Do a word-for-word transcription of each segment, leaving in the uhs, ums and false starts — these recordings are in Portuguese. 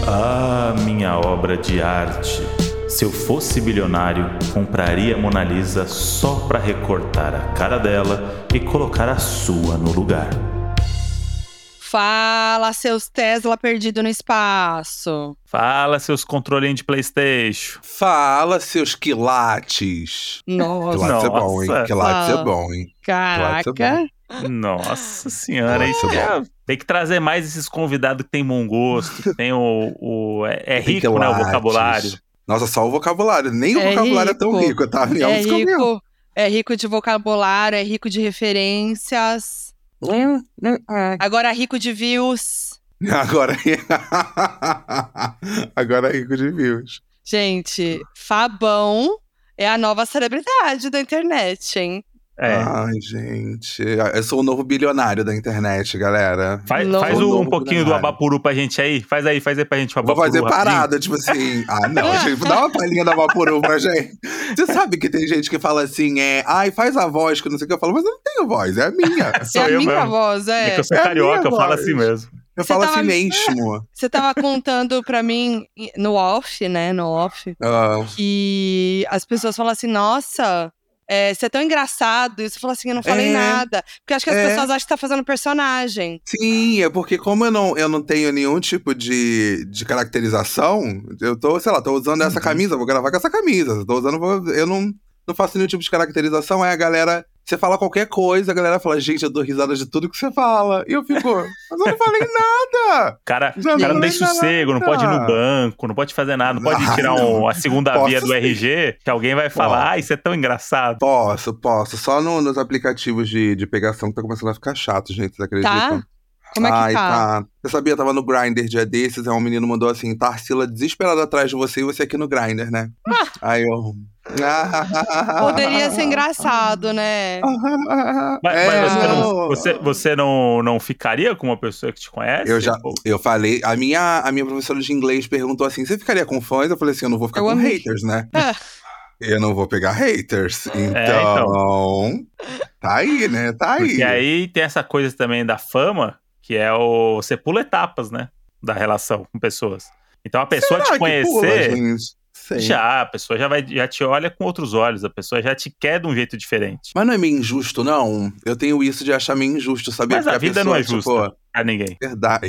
Ah, minha obra de arte. Se eu fosse bilionário, compraria a Mona Lisa só para recortar a cara dela e colocar a sua no lugar. Fala, seus Tesla perdido no espaço. Fala, seus controlinhos de PlayStation. Fala, seus quilates. Nossa. Quilates é bom, hein? Quilates é bom, hein? Caraca. É bom. Nossa senhora, Nossa, hein? É, tem que trazer mais esses convidados que tem bom gosto, que tem o... o é, é rico, quilates. Né, o vocabulário. Nossa, só o vocabulário. Nem É o vocabulário rico. é tão rico, tá? Me É música mesmo. rico, é rico de vocabulário, é rico de referências. Agora é rico de views. Agora, agora é rico de views. Gente, Fabão é a nova celebridade da internet, hein? É. Ai, gente. Eu sou o novo bilionário da internet, galera. Faz, Não. faz Sou o um novo pouquinho do bilionário. Abapuru pra gente aí. Faz aí, faz aí pra gente o Vou Abapuru. fazer rapidinho. parada, tipo assim. Ah, não, gente, dá uma palhinha da Vaporub pra gente. Você sabe que tem gente que fala assim, é, ai, faz a voz, que não sei o que. Eu falo, mas eu não tenho voz, é a minha. Sou é a eu minha mesmo. voz, é. É que eu sou É a carioca, minha eu falo voz. assim mesmo. Eu Você falo tava- assim mesmo. Você tava contando pra mim no off, né? No off, Ah, que as pessoas falam assim, nossa, é, você é tão engraçado. E você fala assim, eu não falei É. nada. Porque acho que as É. pessoas acham que tá fazendo personagem. sim, é porque como eu não, eu não tenho nenhum tipo de, de caracterização, eu tô, sei lá, tô usando essa Uhum. camisa, vou gravar com essa camisa. Eu tô usando, vou- eu não, não faço nenhum tipo de caracterização, aí a galera, você fala qualquer coisa, a galera fala, gente, eu dou risada de tudo que você fala. E eu fico, mas eu não falei nada! O cara, Já o cara não não tem é sossego, não pode ir no nada. banco, não pode fazer nada, não pode Ah, tirar não. um- a segunda Posso via do sim. R G, que alguém vai falar, Posso. ah, isso é tão engraçado. Posso, posso. Só no- nos aplicativos de, de pegação que tá começando a ficar chato, gente, vocês acreditam? Tá? Como é que Ai, tá? Você sabia, eu tava no Grindr dia desses, aí um menino mandou assim, Tarsila desesperada atrás de você e você aqui no Grindr, né? Aí eu... Poderia ser engraçado, né? Mas, É, mas você, não, não. você, você não, não ficaria com uma pessoa que te conhece? Eu já, Ou- eu falei, a minha, a minha professora de inglês perguntou assim, você ficaria com fãs? Eu falei assim, eu não vou ficar Eu com amei. haters, né? É. Eu não vou pegar haters. Então, então. tá aí, né? Tá aí. Porque aí tem essa coisa também da fama, que é o... Você pula etapas, né? Da relação com pessoas. Então a pessoa Será te que conhecer... pula, gente? Sei. Já, a pessoa já, vai, já te olha com outros olhos, a pessoa já te quer de um jeito diferente. Mas não é meio injusto, não? Eu tenho isso de achar meio injusto, sabia? Mas a Porque vida pessoa, não é justa tipo, pra ninguém. verdade.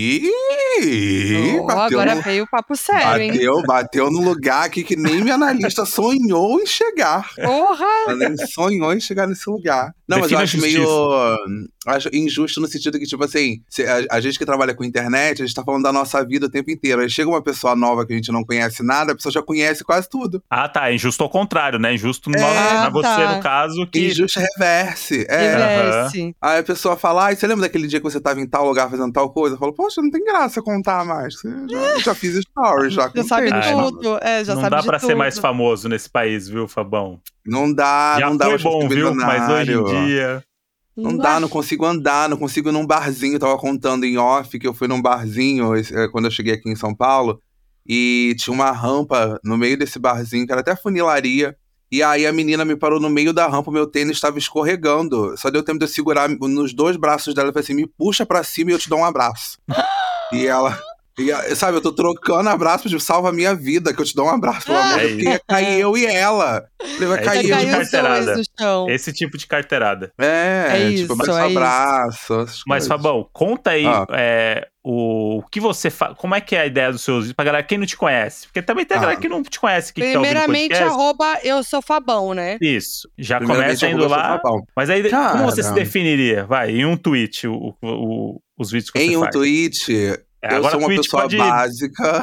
Ih, Oh, bateu, agora no, veio o papo sério, hein? bateu, bateu no lugar aqui que nem minha analista sonhou em chegar. Porra! Ela nem sonhou em chegar nesse lugar. Não, mas eu Defina a acho meio... Acho injusto no sentido que, tipo assim, se a, a gente que trabalha com internet, a gente tá falando da nossa vida o tempo inteiro. Aí chega uma pessoa nova que a gente não conhece nada, a pessoa já conhece quase tudo. Ah, tá. É injusto ao contrário, né? Injusto no- É, pra você, tá. no caso, que... Injusto reverse. É. Reverse. Aí a pessoa fala, ai, você lembra daquele dia que você tava em tal lugar fazendo tal coisa? Eu falo, poxa, não tem graça contar mais. Você já, já fiz stories, já Já contei. sabe Ah, não- tudo. É, já não sabe dá de pra tudo. ser mais famoso nesse país, viu, Fabão? Não dá, Já não dá foi pra bom, ser viu? Mas hoje em bilionário. dia... Não dá, não consigo andar, não consigo ir num barzinho. Eu tava contando em off que eu fui num barzinho esse- eh, quando eu cheguei aqui em São Paulo. E tinha uma rampa no meio desse barzinho, que era até funilaria. E aí a menina me parou no meio da rampa, o meu tênis estava escorregando. Só deu tempo de eu segurar nos dois braços dela e falei assim, me puxa pra cima e eu te dou um abraço. E ela... E, a- sabe, eu tô trocando abraços de salva a minha vida, que eu te dou um abraço, pelo amor de Deus, É porque ia cair eu e ela. Falei, vai É cair isso eu aí. e Caiu você. os dois carteirada. no chão. Esse tipo de carteirada. É, É tipo, isso, mais é isso. abraço. essas Mas, coisas. Fabão, conta aí Ah. é, o, o que você faz. Como é que é a ideia dos seus vídeos pra galera, quem não te conhece? Porque também tem a Ah. galera que não te conhece, que, que tá ouvindo o Primeiramente, podcast. arroba eu sou Fabão, né? Isso, já Primeiramente, começa indo arroba lá. Fabão. Mas aí, Cara. como você se definiria? Vai, em um tweet, o, o- o- os vídeos que Em você um faz. tweet, É, eu agora sou uma tweet pessoa pode- básica.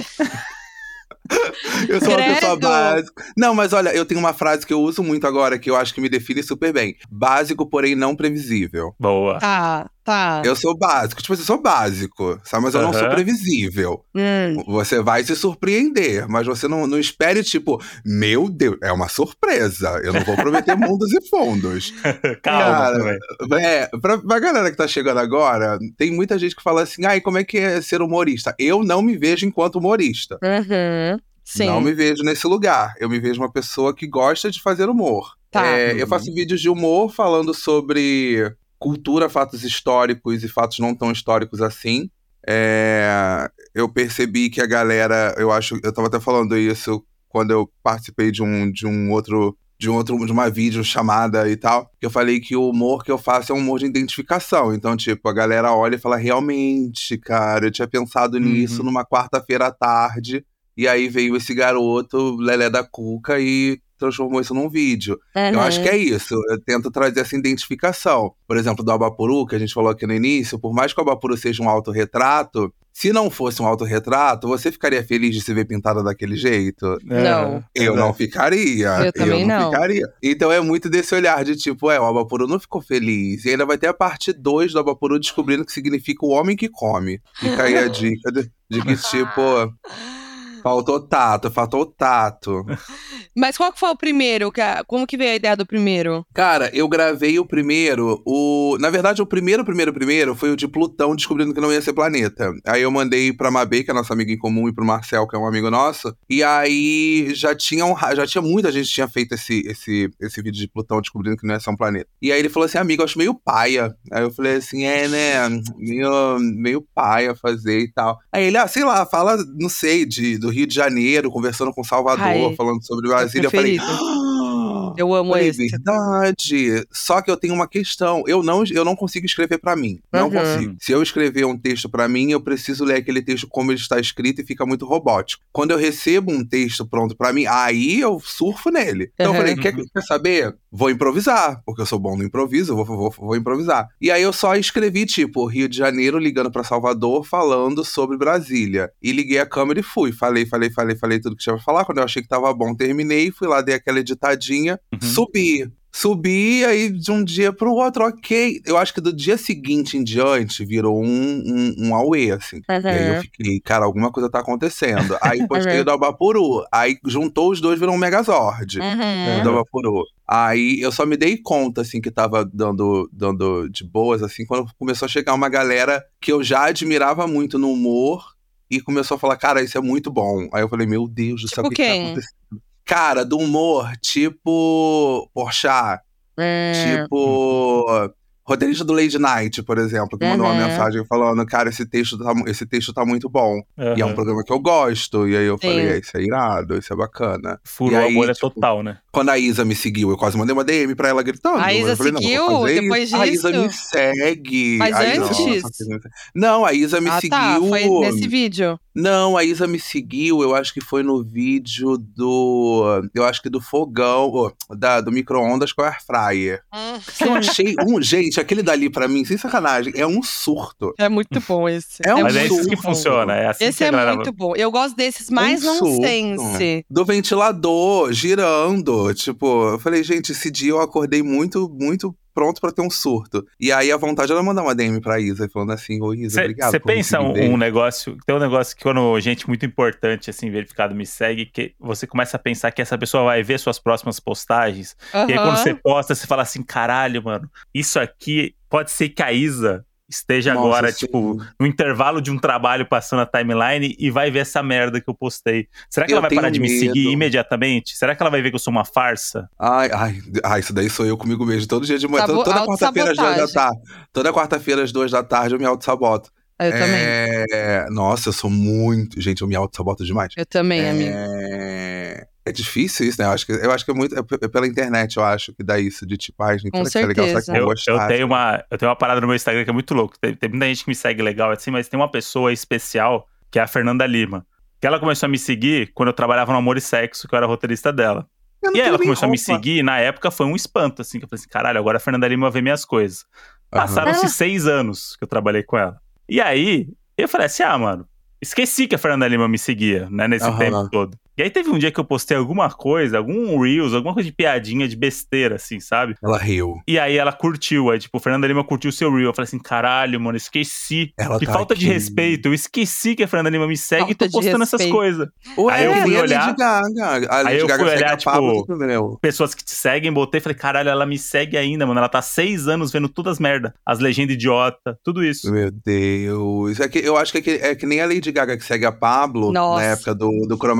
Eu sou uma pessoa Credo. básica. Não, mas olha, eu tenho uma frase que eu uso muito agora, que eu acho que me define super bem. Básico, porém não previsível. Boa. Tá, tá. Eu sou básico. Tipo assim, eu sou básico, sabe? Mas eu não sou Aham. previsível. Hum. Você vai se surpreender, mas você não, não espere, tipo, meu Deus, é uma surpresa. Eu não vou prometer mundos e fundos. Calma Cara, também. É, pra, pra galera que tá chegando agora, tem muita gente que fala assim, ai, como é que é ser humorista? Eu não me vejo enquanto humorista. Uhum. Sim. Não me vejo nesse lugar. Eu me vejo uma pessoa que gosta de fazer humor. Tá. É, Uhum. Eu faço vídeos de humor falando sobre cultura, fatos históricos e fatos não tão históricos assim. é, eu percebi que a galera, eu acho, eu tava até falando isso quando eu participei de um, de um outro, de um outro, de uma vídeo chamada e tal, que eu falei que o humor que eu faço é um humor de identificação. Então, tipo, a galera olha e fala, realmente, cara, eu tinha pensado nisso Uhum. numa quarta-feira à tarde, e aí veio esse garoto, Lelé da Cuca, e transformou isso num vídeo. Uhum. Eu acho que é isso, eu tento trazer essa identificação. Por exemplo, do Abapuru, que a gente falou aqui no início, por mais que o Abapuru seja um autorretrato, se não fosse um autorretrato, você ficaria feliz de se ver pintada daquele jeito? Não. Eu não ficaria. Eu também não, não. ficaria. Então é muito desse olhar de tipo, é, o Abapuru não ficou feliz. E ainda vai ter a parte dois do Abapuru descobrindo o que significa o homem que come. Fica aí a dica de, de que, tipo, faltou tato, faltou tato. Mas qual que foi o primeiro? Como que veio a ideia do primeiro? Cara, eu gravei o primeiro, o... Na verdade, o primeiro, primeiro, primeiro foi o de Plutão descobrindo que não ia ser planeta. Aí eu mandei pra Mabê, que é nossa amiga em comum, e pro Marcel, que é um amigo nosso. E aí já tinha, um... já tinha muita gente que tinha feito esse, esse, esse vídeo de Plutão descobrindo que não ia ser um planeta. E aí ele falou assim, amigo, eu acho meio paia. Aí eu falei assim, é, né, meio, meio paia fazer e tal. Aí ele, ah, sei lá, fala, não sei, de, do Rio de Janeiro, conversando com Salvador, Ai, falando sobre Brasília. Eu falei, eu amo falei, esse. verdade. Só que eu tenho uma questão. Eu não, eu não consigo escrever pra mim. Não Uhum. consigo. Se eu escrever um texto pra mim, eu preciso ler aquele texto como ele está escrito e fica muito robótico. Quando eu recebo um texto pronto pra mim, aí eu surfo nele. Então Uhum. eu falei, quer, quer saber? Vou improvisar, porque eu sou bom no improviso, eu vou, vou, vou improvisar. E aí eu só escrevi, tipo, Rio de Janeiro ligando pra Salvador, falando sobre Brasília. E liguei a câmera e fui. Falei, falei, falei, falei tudo que tinha pra falar. Quando eu achei que tava bom, terminei. Fui lá, dei aquela editadinha, Uhum. subi. Subi, aí de um dia pro outro, ok. Eu acho que do dia seguinte em diante virou um, um, um auê, assim. Uhum. E aí eu fiquei, cara, alguma coisa tá acontecendo. Aí postei o do Abapuru. Aí juntou os dois, virou um Megazord. Uhum. O do Abapuru. Aí eu só me dei conta, assim, que tava dando, dando de boas, assim, quando começou a chegar uma galera que eu já admirava muito no humor e começou a falar, cara, isso é muito bom. Aí eu falei, meu Deus do céu, o Tipo que, que tá quem? acontecendo? Cara, do humor, tipo Porchat, Hum. tipo roteirista do Lady Night, por exemplo, que mandou uma Uhum. mensagem falando, cara, esse texto tá, esse texto tá muito bom. Uhum. E é um programa que eu gosto. E aí eu Sim. falei, é, isso é irado, isso é bacana. Furou E aí, a bolha tipo, total, né? Quando a Isa me seguiu, eu quase mandei uma D M pra ela gritando. A Isa eu falei, não, seguiu vou fazer depois isso. A Isa disso? me segue. Mas a Isa, antes? nossa, não, a Isa me ah, seguiu. tá. Foi nesse vídeo. Não, a Isa me seguiu, eu acho que foi no vídeo do... Eu acho que do fogão, oh, da, do micro-ondas com a Air Fryer. Hum. Que eu achei... Um, gente, aquele dali pra mim, sem sacanagem, é um surto. É muito bom esse. É um Mas é isso surto. que funciona, é assim Esse que a é galera... muito bom. Eu gosto desses mais Um surto. nonsense. Do ventilador, girando. Tipo, eu falei, gente, esse dia eu acordei muito, muito pronto pra ter um surto. E aí a vontade era mandar uma D M pra Isa, falando assim, ô Isa, Cê, obrigado Você por me pensa um, seguir. um negócio, tem um negócio que quando gente muito importante, assim, verificado me segue, que você começa a pensar que essa pessoa vai ver suas próximas postagens, Uhum. e aí quando você posta, você fala assim, caralho, mano, isso aqui pode ser que a Isa esteja Nossa, agora, sim. tipo, no intervalo de um trabalho passando a timeline e vai ver essa merda que eu postei. Será que Eu ela vai tenho parar de me medo. seguir imediatamente? Será que ela vai ver que eu sou uma farsa? Ai, ai, ai, isso daí sou eu comigo mesmo. Todo dia de manhã, Sabo- toda, toda quarta-feira às duas da autossabotagem. tarde. Toda quarta-feira às duas da tarde eu me auto-saboto. Eu também. É... Nossa, eu sou muito... Gente, eu me auto-saboto demais. Eu também, amigo. É... é difícil isso, né? Eu acho que, eu acho que é muito... É p- é pela internet, eu acho, que dá isso. De tipo, ai, gente, Com será que é legal? Será que certeza. vão Eu, gostar? eu, tenho uma, eu tenho uma parada no meu Instagram que é muito louco. Tem, tem muita gente que me segue legal assim, mas tem uma pessoa especial, que é a Fernanda Lima. Que ela começou a me seguir quando eu trabalhava no Amor e Sexo, que eu era roteirista dela. Eu não E aí tenho ela nem começou a me roupa. seguir, e na época foi um espanto, assim, que eu falei assim, caralho, agora a Fernanda Lima vê minhas coisas. Aham. Passaram-se Ah. seis anos que eu trabalhei com ela. E aí, eu falei assim, ah, mano, esqueci que a Fernanda Lima me seguia, né, nesse Aham. tempo todo. E aí teve um dia que eu postei alguma coisa, algum Reels, alguma coisa de piadinha, de besteira, assim, sabe? Ela riu. E aí ela curtiu, aí tipo, Fernanda Lima curtiu o seu Reel. Eu falei assim, caralho, mano, esqueci. Ela Que tá falta de aqui. respeito. Eu esqueci que a Fernanda Lima me segue Falta e tô de postando essas respeito. coisas. Ué, Aí eu que fui nem a olhar- Lady Gaga. A Lady eu Gaga fui segue olhar, a Pablo, tipo, entendeu? Pessoas que te seguem, botei e falei, caralho, ela me segue ainda, mano. Ela tá seis anos vendo todas as merda. As legendas idiota, tudo isso. Meu Deus. É que, eu acho que é, que é que nem a Lady Gaga que segue a Pablo Nossa. na época do, do Chromatica Então. Remix.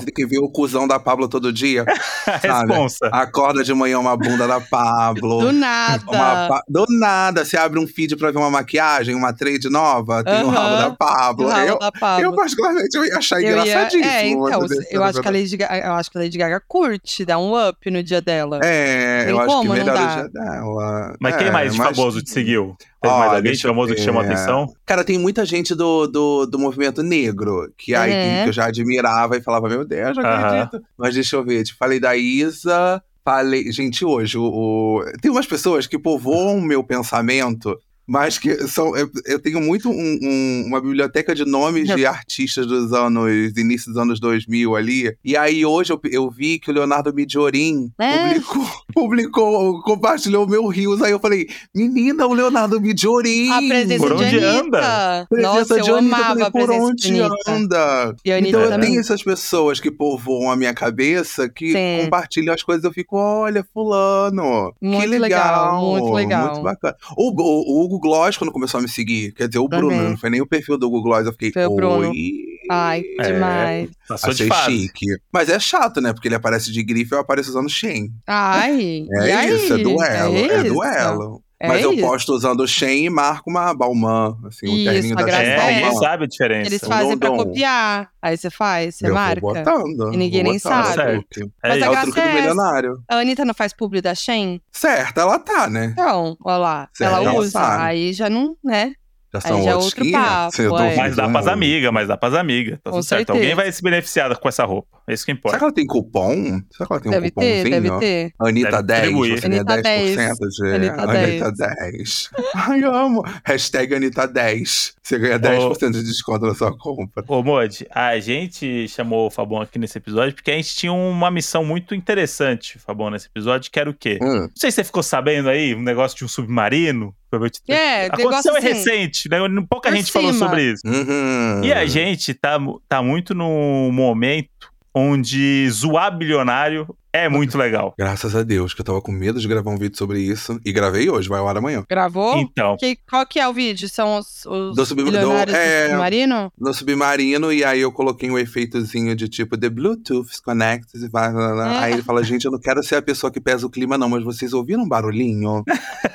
você tem que ver o cuzão da Pablo todo dia. Responsa. Acorda de manhã uma bunda da Pablo. Do nada. Uma, do nada. Você abre um feed pra ver uma maquiagem, uma trade nova, tem o Uhum. rabo da Pablo. O rabo eu, da Pablo. eu, particularmente, eu ia achar Eu ia- engraçadíssimo. É, então, mas eu eu acho, que a Lady Gaga, eu acho que a Lady Gaga curte, dá um up no dia dela. É, Tem eu acho que como, não melhor o dá? dia dela. Mas quem É, mais de mas- famoso te seguiu? Teve Ó, mais alguém deixa eu famoso que ver. chamou a atenção? Cara, tem muita gente do, do, do movimento negro que, aí, Uhum. que eu já admirava e falava, meu Deus, não Aham. acredito. Mas deixa eu ver, tipo, falei da Isa, falei. Gente, hoje, o, o- tem umas pessoas que povoam o meu pensamento. Mas que são. Eu, eu tenho muito um- um- uma biblioteca de nomes de artistas dos anos. Início dos anos dois mil ali. E aí hoje eu, eu vi que o Leonardo Midjorin É. publicou, publicou, compartilhou o meu Rios. Aí eu falei, menina, o Leonardo Midjorin! A presença Por de onde Anitta. anda? Presença Nossa, de eu Anitta, eu amava falei, a por presença onde de Anitta. anda? E a Anitta Então eu também. tenho essas pessoas que povoam a minha cabeça, que Sim. compartilham as coisas. Eu fico, olha, fulano, que Muito legal. legal, muito legal. Muito bacana. O, o, o Hugo Gloss, quando começou a me seguir, quer dizer, o Também. Bruno, não foi nem o perfil do Hugo Gloss, eu fiquei, Foi o Bruno. oi... Ai, É. demais. Passou de Achei fase. chique. Mas é chato, né? Porque ele aparece de grife e eu apareço usando Shein. Ai, É e aí? isso, é duelo. É, isso. duelo. É Mas eu isso. posto usando Shein e marco uma Balmain, assim, o Isso, terninho a da graça Shein É, é ninguém Balmain. sabe a diferença. Eles Um fazem pra dom. copiar. Aí você faz, você Eu marca. vou botando. E ninguém vou nem botando, sabe. é o truque. É Mas isso. a É o graça truque do é essa. milionário. A Anitta não faz publi da Shein? Certo, ela tá, né? Então, olha lá. Certo, ela ela usa. sabe. Aí já não, né? Já Aí são já é outros outro quinhentos. papo, Eu é. Mas dá pras duvido. amigas, mas dá pras amigas. Tá Com tudo certo. certeza. Alguém vai se beneficiar com essa roupa. É isso que Será importa. que ela tem cupom? Será que ela tem um Deve ter, cupomzinho? deve ter. Anitta Deve dez, distribuir. você ganha Anitta dez por cento de... Anitta Anitta dez. Ai, amo. Hashtag Anitta dez. Você ganha dez por cento de desconto na sua compra. Ô, Modi, a gente chamou o Fabão aqui nesse episódio porque a gente tinha uma missão muito interessante, Fabão, nesse episódio, que era o quê? Hum. Não sei se você ficou sabendo aí, um negócio de um submarino. É, Aconteceu negócio é assim, recente, né? Pouca por gente falou cima. sobre isso. Uhum. E a gente tá, tá muito no momento onde zoar bilionário é muito legal. Graças a Deus, que eu tava com medo de gravar um vídeo sobre isso. E gravei hoje, vai ao ar amanhã. Gravou? Então, Que, qual que é o vídeo? São os, os Do subma- do- bilionários do, é- submarino? No submarino, e aí eu coloquei um efeitozinho de tipo, the Bluetooth connects, e vai, lá, lá, lá. É. Aí ele fala, gente, eu não quero ser a pessoa que pesa o clima não, mas vocês ouviram um barulhinho?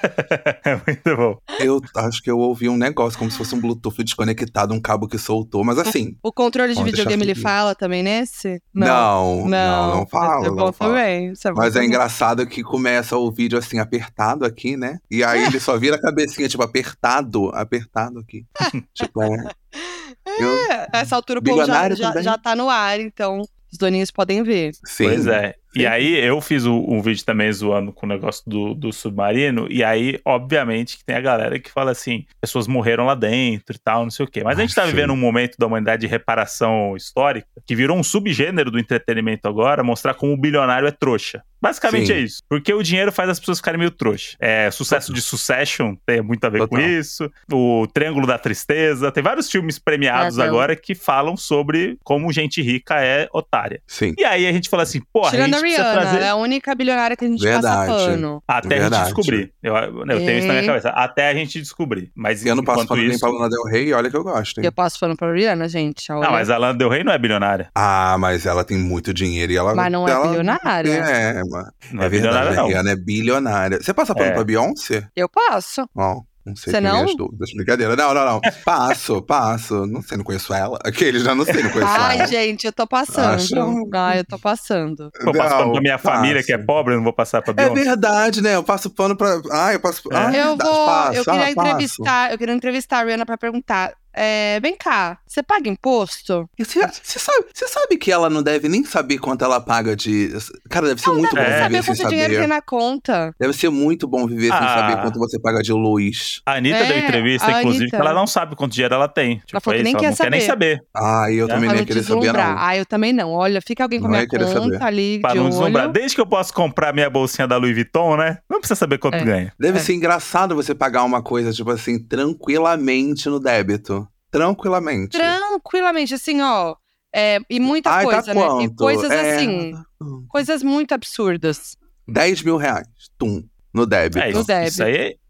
é muito bom. Eu acho que eu ouvi um negócio, como se fosse um Bluetooth desconectado, um cabo que soltou, mas assim... O controle de Vamos deixar videogame ele fluir. fala também nesse? Não, não, não, fala, Isso é não bom fala. também. Isso é bom Mas é também. engraçado que começa o vídeo assim, apertado aqui, né? E aí ele só vira a cabecinha, tipo, apertado, apertado aqui. Tipo, é... Eu... É, essa altura o povo já, Bilionário já, também. já tá no ar, então os doninhos podem ver. Sim. Pois é. Sim. E aí eu fiz o- um vídeo também zoando com o negócio do, do submarino. E aí, obviamente, que tem a galera que fala assim: pessoas morreram lá dentro e tal, não sei o quê. Mas a gente tá Ah, sim. vivendo um momento da humanidade de reparação histórica que virou um subgênero do entretenimento agora, mostrar como o bilionário é trouxa. Basicamente Sim. é isso. Porque o dinheiro faz as pessoas ficarem meio trouxa. É, sucesso de Succession tem muito a ver Total. com isso. O Triângulo da Tristeza. Tem vários filmes premiados Ah, não. agora que falam sobre como gente rica é otária. Sim. E aí a gente fala assim, porra, a Tirando gente a precisa Rihanna, trazer... é a única bilionária que a gente Verdade. passa pano. Até a gente Verdade. descobrir. Eu, eu tenho isso na minha É. cabeça. Até a gente descobrir. Mas Eu não passo enquanto pano nem isso... pra Lana Del Rey, olha que eu gosto, hein? Eu passo pano pra Rihanna, gente. Olha. Não, mas a Lana Del Rey não é bilionária. Ah, mas ela tem muito dinheiro e ela... Mas não é ela... bilionária. É, mano. Não é, É verdade, bilionária, a não. Rihanna é bilionária. Você passa pano É. pra Beyoncé? Eu passo. Ó, não sei Você quem não? é as dúvidas. Brincadeira. Não, não, não. Passo, passo. Não sei, não conheço ela. Aquele já não sei, não conheço Ai, ela. gente, eu tô passando. Acho- Ai, eu tô passando. Eu passo pano pra minha passo. família, que é pobre, eu não vou passar pra É Beyoncé. verdade, né? Eu passo pano pra... Ah, eu passo... É. Ah, é eu verdade, vou. passo. eu queria Ah, passo. entrevistar. Eu queria entrevistar a Rihanna pra perguntar. É, vem cá, você paga imposto? E Você você sabe, você sabe que ela não deve nem saber quanto ela paga de... Cara, deve ser muito bom deve Saber viver sem quanto dinheiro tem saber. na conta. Deve ser muito bom viver sem Ah. saber quanto você paga de luz. A Anitta É, deu entrevista, a inclusive, Anitta. que ela não sabe quanto dinheiro ela tem. Tipo, falou que é nem isso, quer ela não quer nem saber. Ah, eu É. também Pra nem não ia querer saber, deslumbrar. não. Ah, eu também não. Olha, fica alguém com a Não minha ia querer conta saber. ali Pra de não olho. deslumbrar. Desde que eu posso comprar minha bolsinha da Louis Vuitton, né? Não precisa saber quanto É. ganha. Deve É. ser engraçado você pagar uma coisa, tipo assim, tranquilamente no débito. Tranquilamente. Tranquilamente, assim, ó. É, e muita Ai, coisa, tá né? E quanto? coisas É, assim, coisas muito absurdas. dez mil reais. Tum. No débito. É, isso, débito. isso aí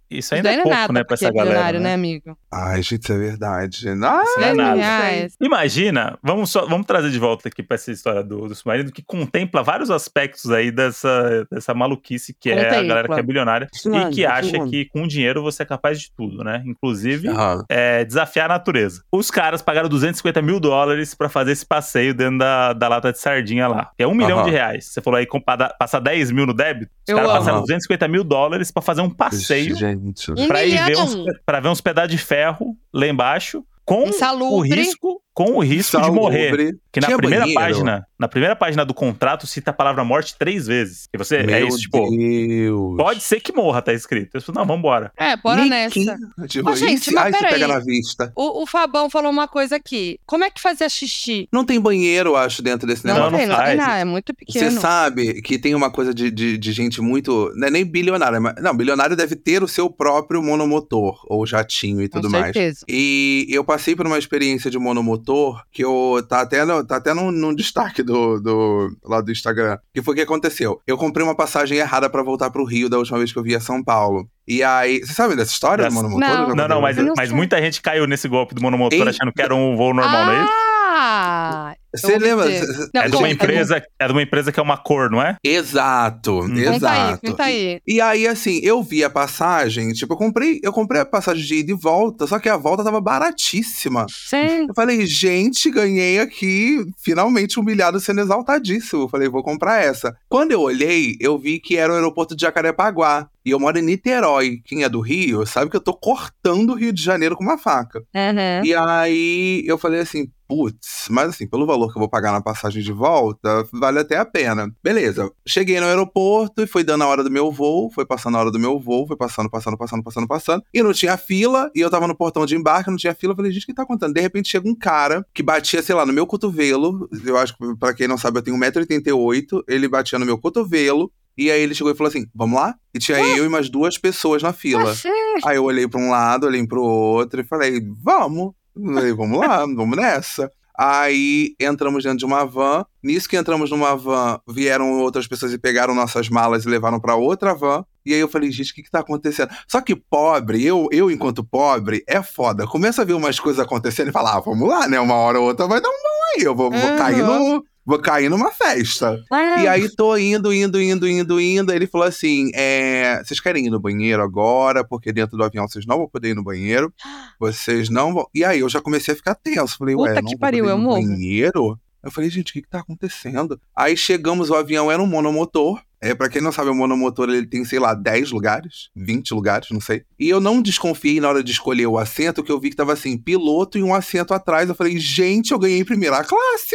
Isso ainda é pouco, nada, né, pra essa é galera, né? né, amigo? Ai, gente, isso é verdade. Nossa, isso não é nada. Imagina, vamos, só, vamos trazer de volta aqui pra essa história do, do submarino, que contempla vários aspectos aí dessa, dessa maluquice que contempla. É a galera que é bilionária e que acha que com dinheiro você é capaz de tudo, né? Inclusive, uhum. é, desafiar a natureza. Os caras pagaram duzentos e cinquenta mil dólares pra fazer esse passeio dentro da, da lata de sardinha lá. Que é um uhum. milhão de reais. Você falou aí, passar dez mil no débito, os caras passaram duzentos e cinquenta mil dólares pra fazer um passeio. Gente. Pra ir ver uns, pra ver uns pedaços de ferro lá embaixo, com Insalubre. o risco, com o risco Insalubre. de morrer. Que na Tinha primeira banheiro. página, na primeira página do contrato cita a palavra morte três vezes. E você, Meu é isso, tipo, Deus. pode ser que morra, tá escrito. Eu falei, não, vambora. É, bora Niquim. nessa. Tipo, Ô, gente, esse, mas ai, você peraí. pega na vista. O, o Fabão falou uma coisa aqui. Como é que fazia xixi? Não tem banheiro, eu acho, dentro desse Não, negócio. não, tem, não faz. tem nada, é muito pequeno. Você sabe que tem uma coisa de, de, de gente muito... Não é nem bilionária, mas... Não, bilionário deve ter o seu próprio monomotor, ou jatinho e tudo Com mais. certeza. E eu passei por uma experiência de monomotor, que eu... Tá até no, tá até no, no destaque do, do, lá do Instagram. Que foi o que aconteceu. Eu comprei uma passagem errada pra voltar pro Rio da última vez que eu via São Paulo. E aí... Você sabe dessa história Yes. do monomotor? Não, Não, não, mas, não mas sei. muita gente caiu nesse golpe do monomotor Ei. achando que era um voo normal, não é isso? Ah! Você lembra? Não, É de uma conta, empresa, é de uma empresa que é uma cor, não é? Exato, Hum. exato. Conta aí, conta aí. E aí, assim, eu vi a passagem, tipo, eu comprei, eu comprei a passagem de ida e volta, só que a volta tava baratíssima. Sim. Eu falei, gente, ganhei aqui, finalmente humilhado, sendo exaltadíssimo. Eu falei, vou comprar essa. Quando eu olhei, eu vi que era o aeroporto de Jacarepaguá. E eu moro em Niterói. Quem é do Rio sabe que eu tô cortando o Rio de Janeiro com uma faca. Uhum. E aí, eu falei assim, putz, mas assim, pelo valor que eu vou pagar na passagem de volta, vale até a pena. Beleza, cheguei no aeroporto e foi dando a hora do meu voo, foi passando a hora do meu voo, foi passando, passando, passando, passando, passando. E não tinha fila, e eu tava no portão de embarque, não tinha fila. Eu falei, gente, o que tá acontecendo? De repente chega um cara que batia, sei lá, no meu cotovelo. Eu acho que, pra quem não sabe, eu tenho um metro e oitenta e oito. Ele batia no meu cotovelo. E aí ele chegou e falou assim, vamos lá? E tinha eu e mais duas pessoas na fila. Aí eu olhei pra um lado, olhei pro outro e falei, vamos. Eu falei, vamos lá, vamos nessa. Aí entramos dentro de uma van. Nisso que entramos numa van, vieram outras pessoas e pegaram nossas malas e levaram pra outra van. E aí eu falei, gente, o que que tá acontecendo? Só que pobre, eu, eu enquanto pobre, é foda. Começa a ver umas coisas acontecendo e fala, ah, vamos lá, né? Uma hora ou outra vai dar um bom aí. Eu vou, vou uhum. cair no... Vou cair numa festa. Ah. E aí tô indo, indo, indo, indo, indo. Aí ele falou assim, é, vocês querem ir no banheiro agora? Porque dentro do avião vocês não vão poder ir no banheiro. Vocês não vão... E aí eu já comecei a ficar tenso. Falei, ué, Puta não que vou pariu, poder ir eu no morro. banheiro? Eu falei, gente, o que que tá acontecendo? Aí chegamos, o avião era um monomotor. É, pra quem não sabe, o monomotor, ele tem, sei lá, dez lugares, vinte lugares, não sei. E eu não desconfiei na hora de escolher o assento, que eu vi que tava assim, piloto e um assento atrás. Eu falei, gente, eu ganhei primeira classe.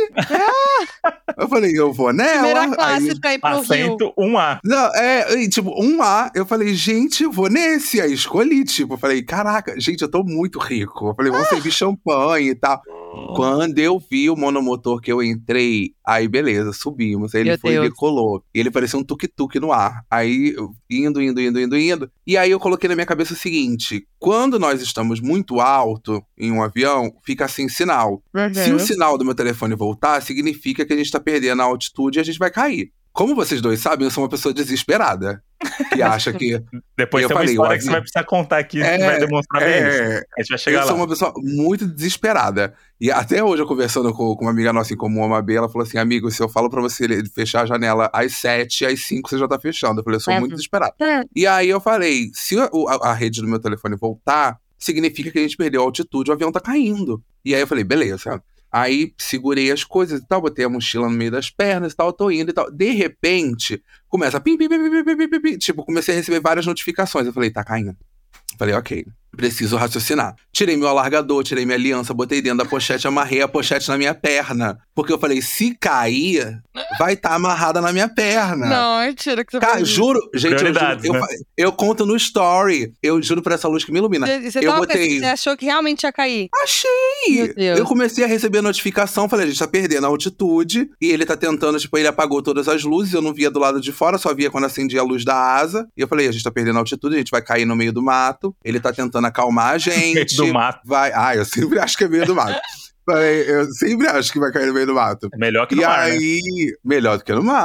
Eu falei, eu vou nela. Primeira classe Aí, pra ir pro Rio. Assento um A. não, é, e, tipo, um A. Eu falei, gente, eu vou nesse. Aí escolhi, tipo, eu falei, caraca, gente, eu tô muito rico. Eu falei, vamos servir champanhe e tal. Quando eu vi o monomotor que eu entrei, aí beleza, subimos. Aí ele Meu foi e Deus. decolou. E ele parecia um tuk-tuk no ar. Aí, eu indo, indo, indo, indo, indo. E aí eu coloquei na minha cabeça o seguinte, quando nós estamos muito alto em um avião, fica sem sinal. Uhum. Se o sinal do meu telefone voltar, significa que a gente tá perdendo a altitude e a gente vai cair. Como vocês dois sabem, eu sou uma pessoa desesperada. Que acha que... Depois Eu tem uma falei, história o que você avi- vai precisar contar aqui, É, que vai demonstrar bem é, isso. A gente vai chegar eu lá. sou uma pessoa muito desesperada. E até hoje, eu conversando com, com uma amiga nossa em comum, a Mabê, ela falou assim, amigo, se eu falo pra você fechar a janela às sete, às cinco você já tá fechando. Eu falei, eu sou É. muito desesperado. E aí eu falei, se a, a- a rede do meu telefone voltar, significa que a gente perdeu a altitude, o avião tá caindo. E aí eu falei, beleza. Aí segurei as coisas e tal, botei a mochila no meio das pernas e tal, tô indo e tal. De repente, começa pim, pim, pim, pim, pim, pim, pim, pim. Tipo, comecei a receber várias notificações. Eu falei, tá caindo. Falei, ok, preciso raciocinar. Tirei meu alargador, tirei minha aliança, botei dentro da pochete, amarrei a pochete na minha perna. Porque eu falei, se cair, vai estar tá amarrada na minha perna. Não, mentira que você Cara, fez. juro, gente, eu, juro, Prioridades, eu, né? fa- eu conto no story. Eu juro por essa luz que me ilumina. Você, você eu tava botei- pensando, você achou que realmente ia cair. Achei! Meu Deus. Eu comecei a receber notificação, falei, a gente tá perdendo a altitude, e ele tá tentando, tipo, ele apagou todas as luzes, eu não via do lado de fora, só via quando acendia a luz da asa, e eu falei, a gente tá perdendo a altitude, a gente vai cair no meio do mato, ele tá tentando acalmar a gente. do mato. Vai, ah, eu sempre acho que é meio do mato. Falei, eu sempre acho que vai cair no meio do mato. É melhor que no E mar, né? aí, melhor do que no mar.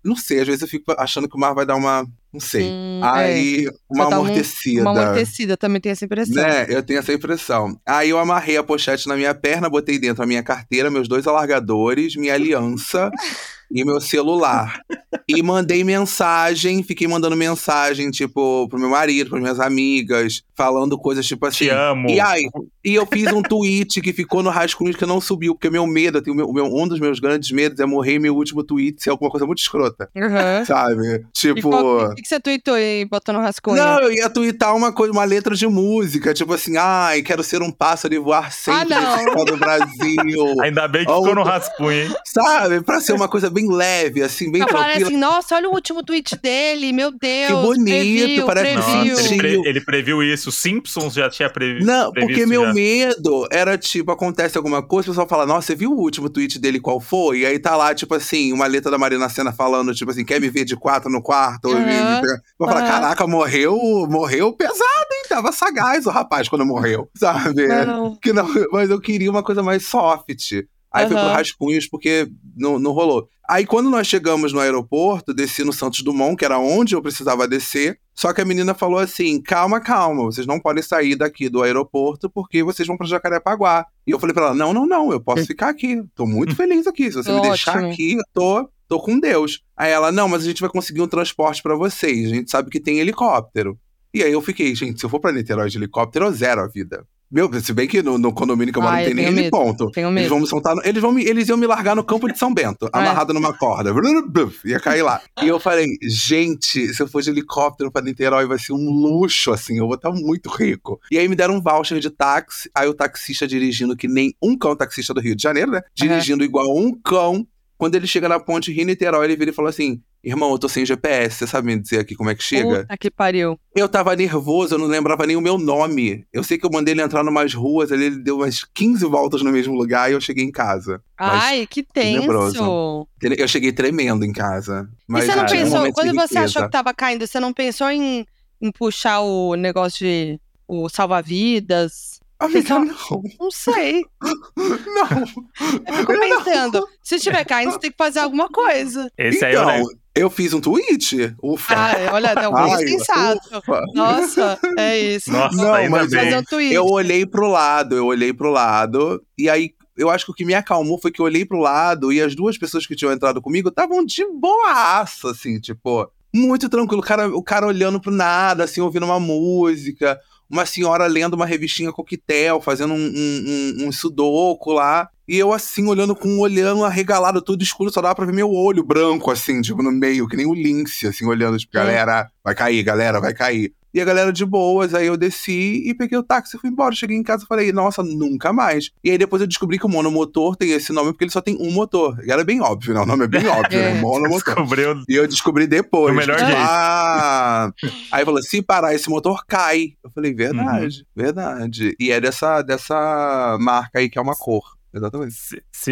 Não sei, às vezes eu fico achando que o mar vai dar uma... Não sei. Hum, Aí, é. uma amortecida. Um, uma amortecida, também tem essa impressão. Né, eu tenho essa impressão. Aí eu amarrei a pochete na minha perna, botei dentro a minha carteira, meus dois alargadores, minha aliança e meu celular. E mandei mensagem, fiquei mandando mensagem, tipo, pro meu marido, pras minhas amigas, falando coisas tipo assim. Te amo. E aí, e eu fiz um tweet que ficou no Rascunhos que não subiu, porque meu medo, eu tenho meu, meu, um dos meus grandes medos é morrer em meu último tweet ser alguma coisa muito escrota. Uhum. Sabe? Tipo. O que, que você tweetou e botou no rascunho? Não, eu ia tweetar uma, coisa, uma letra de música, tipo assim, ai, quero ser um pássaro e voar sempre ah, no do Brasil. Ainda bem que Ou, ficou no rascunho, hein? Sabe? Pra ser uma coisa bem leve, assim, bem eu tranquila. Assim, nossa, olha o último tweet dele, meu Deus. Que bonito, previu, parece previu. Nossa, ele, pre, ele previu isso. Simpsons já tinha previ, Não, previsto. Porque meu já. medo era, tipo, acontece alguma coisa, o pessoal fala, nossa, você viu o último tweet dele, qual foi? E aí tá lá, tipo assim, uma letra da Marina Sena falando, tipo assim, quer me ver de quatro no quarto? Uhum. Vou falar, uhum. caraca, morreu, morreu pesado, hein? Tava sagaz o rapaz quando morreu, sabe? Não. Que não, mas eu queria uma coisa mais soft. Aí uhum. foi pro Rascunhos, porque não, não rolou. Aí quando nós chegamos no aeroporto, desci no Santos Dumont, que era onde eu precisava descer, só que a menina falou assim, calma, calma, vocês não podem sair daqui do aeroporto porque vocês vão pra Jacarepaguá. E eu falei pra ela, não, não, não, eu posso ficar aqui, tô muito feliz aqui, se você me deixar aqui, eu tô, tô com Deus. Aí ela, não, mas a gente vai conseguir um transporte pra vocês, a gente sabe que tem helicóptero. E aí eu fiquei, gente, se eu for pra Niterói de helicóptero, eu zero a vida. Meu, se bem que no, no condomínio que eu moro ah, não tem nem ele ponto. Eles vão me soltar, no, eles, vão me, eles iam me largar no campo de São Bento, amarrado é. numa corda. Ia cair lá. E eu falei, gente, se eu for de helicóptero pra Niterói vai ser um luxo, assim, eu vou estar muito rico. E aí me deram um voucher de táxi, aí o taxista dirigindo que nem um cão, taxista do Rio de Janeiro, né? Dirigindo uhum. igual um cão. Quando ele chega na ponte Rio-Niterói, ele vira e falou assim, irmão, eu tô sem G P S, você sabe me dizer aqui como é que chega? Puta que pariu. Eu tava nervoso, eu não lembrava nem o meu nome. Eu sei que eu mandei ele entrar numas ruas, ali ele deu umas quinze voltas no mesmo lugar e eu cheguei em casa. Ai, mas, que tenso. Tenebroso. Eu cheguei tremendo em casa. Mas, e você não ah, pensou, um quando você achou que tava caindo, você não pensou em, em puxar o negócio de o salva-vidas? Amiga, só... não. Não sei. Não. Eu fico pensando, não. Se estiver caindo, você tem que fazer alguma coisa. Esse então, aí eu, eu fiz um tweet. Ufa. Ai, olha, é um sensato. Ufa. Nossa, é isso. Nossa, não, mas fazer um tweet. Eu olhei pro lado, eu olhei pro lado, e aí eu acho que o que me acalmou foi que eu olhei pro lado e as duas pessoas que tinham entrado comigo estavam de boaça, assim, tipo, muito tranquilo. O cara, o cara olhando pro nada, assim, ouvindo uma música. Uma senhora lendo uma revistinha coquetel, fazendo um, um, um, um sudoku lá. E eu, assim, olhando com um olhando arregalado, tudo escuro, só dava pra ver meu olho branco, assim, tipo, no meio, que nem o Lince, assim, olhando, tipo, galera, vai cair, galera, vai cair. E a galera de boas, aí eu desci e peguei o táxi e fui embora. Cheguei em casa e falei, nossa, nunca mais. E aí depois eu descobri que o monomotor tem esse nome porque ele só tem um motor. E era bem óbvio, né? O nome é bem óbvio, é. né? Monomotor. Descobriu... E eu descobri depois. O melhor tipo, jeito. Ah... Aí falou, se parar, esse motor cai. Eu falei, verdade, uhum. verdade. E é dessa, dessa marca aí que é uma cor. Exatamente. Se, se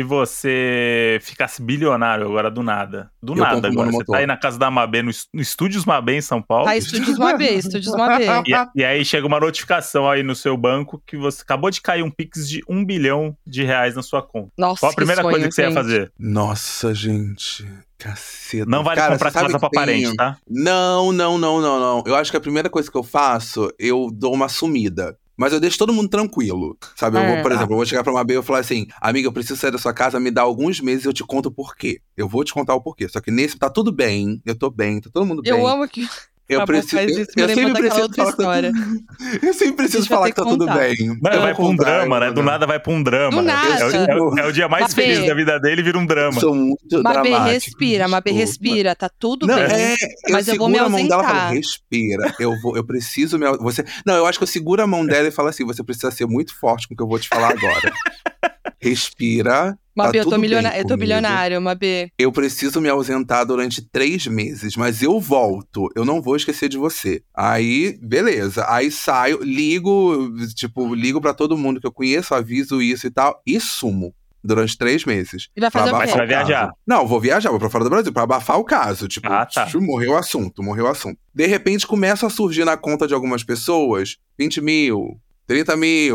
você ficasse bilionário agora do nada, do eu nada agora, você tá aí na casa da Mabê, no, no Estúdios Mabê em São Paulo. Tá, Estúdios Mabê, Estúdios Mabê. E, e aí chega uma notificação aí no seu banco que você acabou de cair um Pix de um bilhão de reais na sua conta. Nossa, qual a primeira sonho, coisa que você gente. ia fazer? Nossa, gente. Caceta. Não vale Cara, comprar casa pra parente, tá? Não, não, não, não, não. Eu acho que a primeira coisa que eu faço, eu dou uma sumida. Mas eu deixo todo mundo tranquilo, sabe? Eu vou, por exemplo, eu vou chegar pra uma B e falar assim, amiga, eu preciso sair da sua casa, me dá alguns meses e eu te conto o porquê. Eu vou te contar o porquê. Só que nesse, tá tudo bem, eu tô bem, tá todo mundo bem. Eu amo que... Eu, preciso, eu, eu, eu sempre preciso falar história. eu sempre preciso falar que tá tudo bem. Mas vai pra um drama, né? Do nada vai pra um drama. Do né? nada. É, o, é, o, é o dia mais Mabê. feliz da vida dele e vira um drama. Eu sou muito Mabê, dramático. respira, Mabê, respira. Tá tudo não, bem. É, mas eu, eu vou me a mão dela e ausentar. falo, respira. Eu, vou, eu preciso me... Você... Não, eu acho que eu seguro a mão dela e falo assim, você precisa ser muito forte com o que eu vou te falar agora. Respira. Mabê, tá eu, tô milionário, eu tô comigo. bilionário, Mabê. Eu preciso me ausentar durante três meses, mas eu volto. Eu não vou esquecer de você. Aí, beleza. Aí saio, ligo, tipo, ligo pra todo mundo que eu conheço, aviso isso e tal, e sumo. Durante três meses. E vai fazer o quê? Você vai viajar? Não, vou viajar, vou pra fora do Brasil, pra abafar o caso. Tipo, ah, tá. morreu o assunto, morreu o assunto. De repente, começa a surgir na conta de algumas pessoas vinte mil, trinta mil,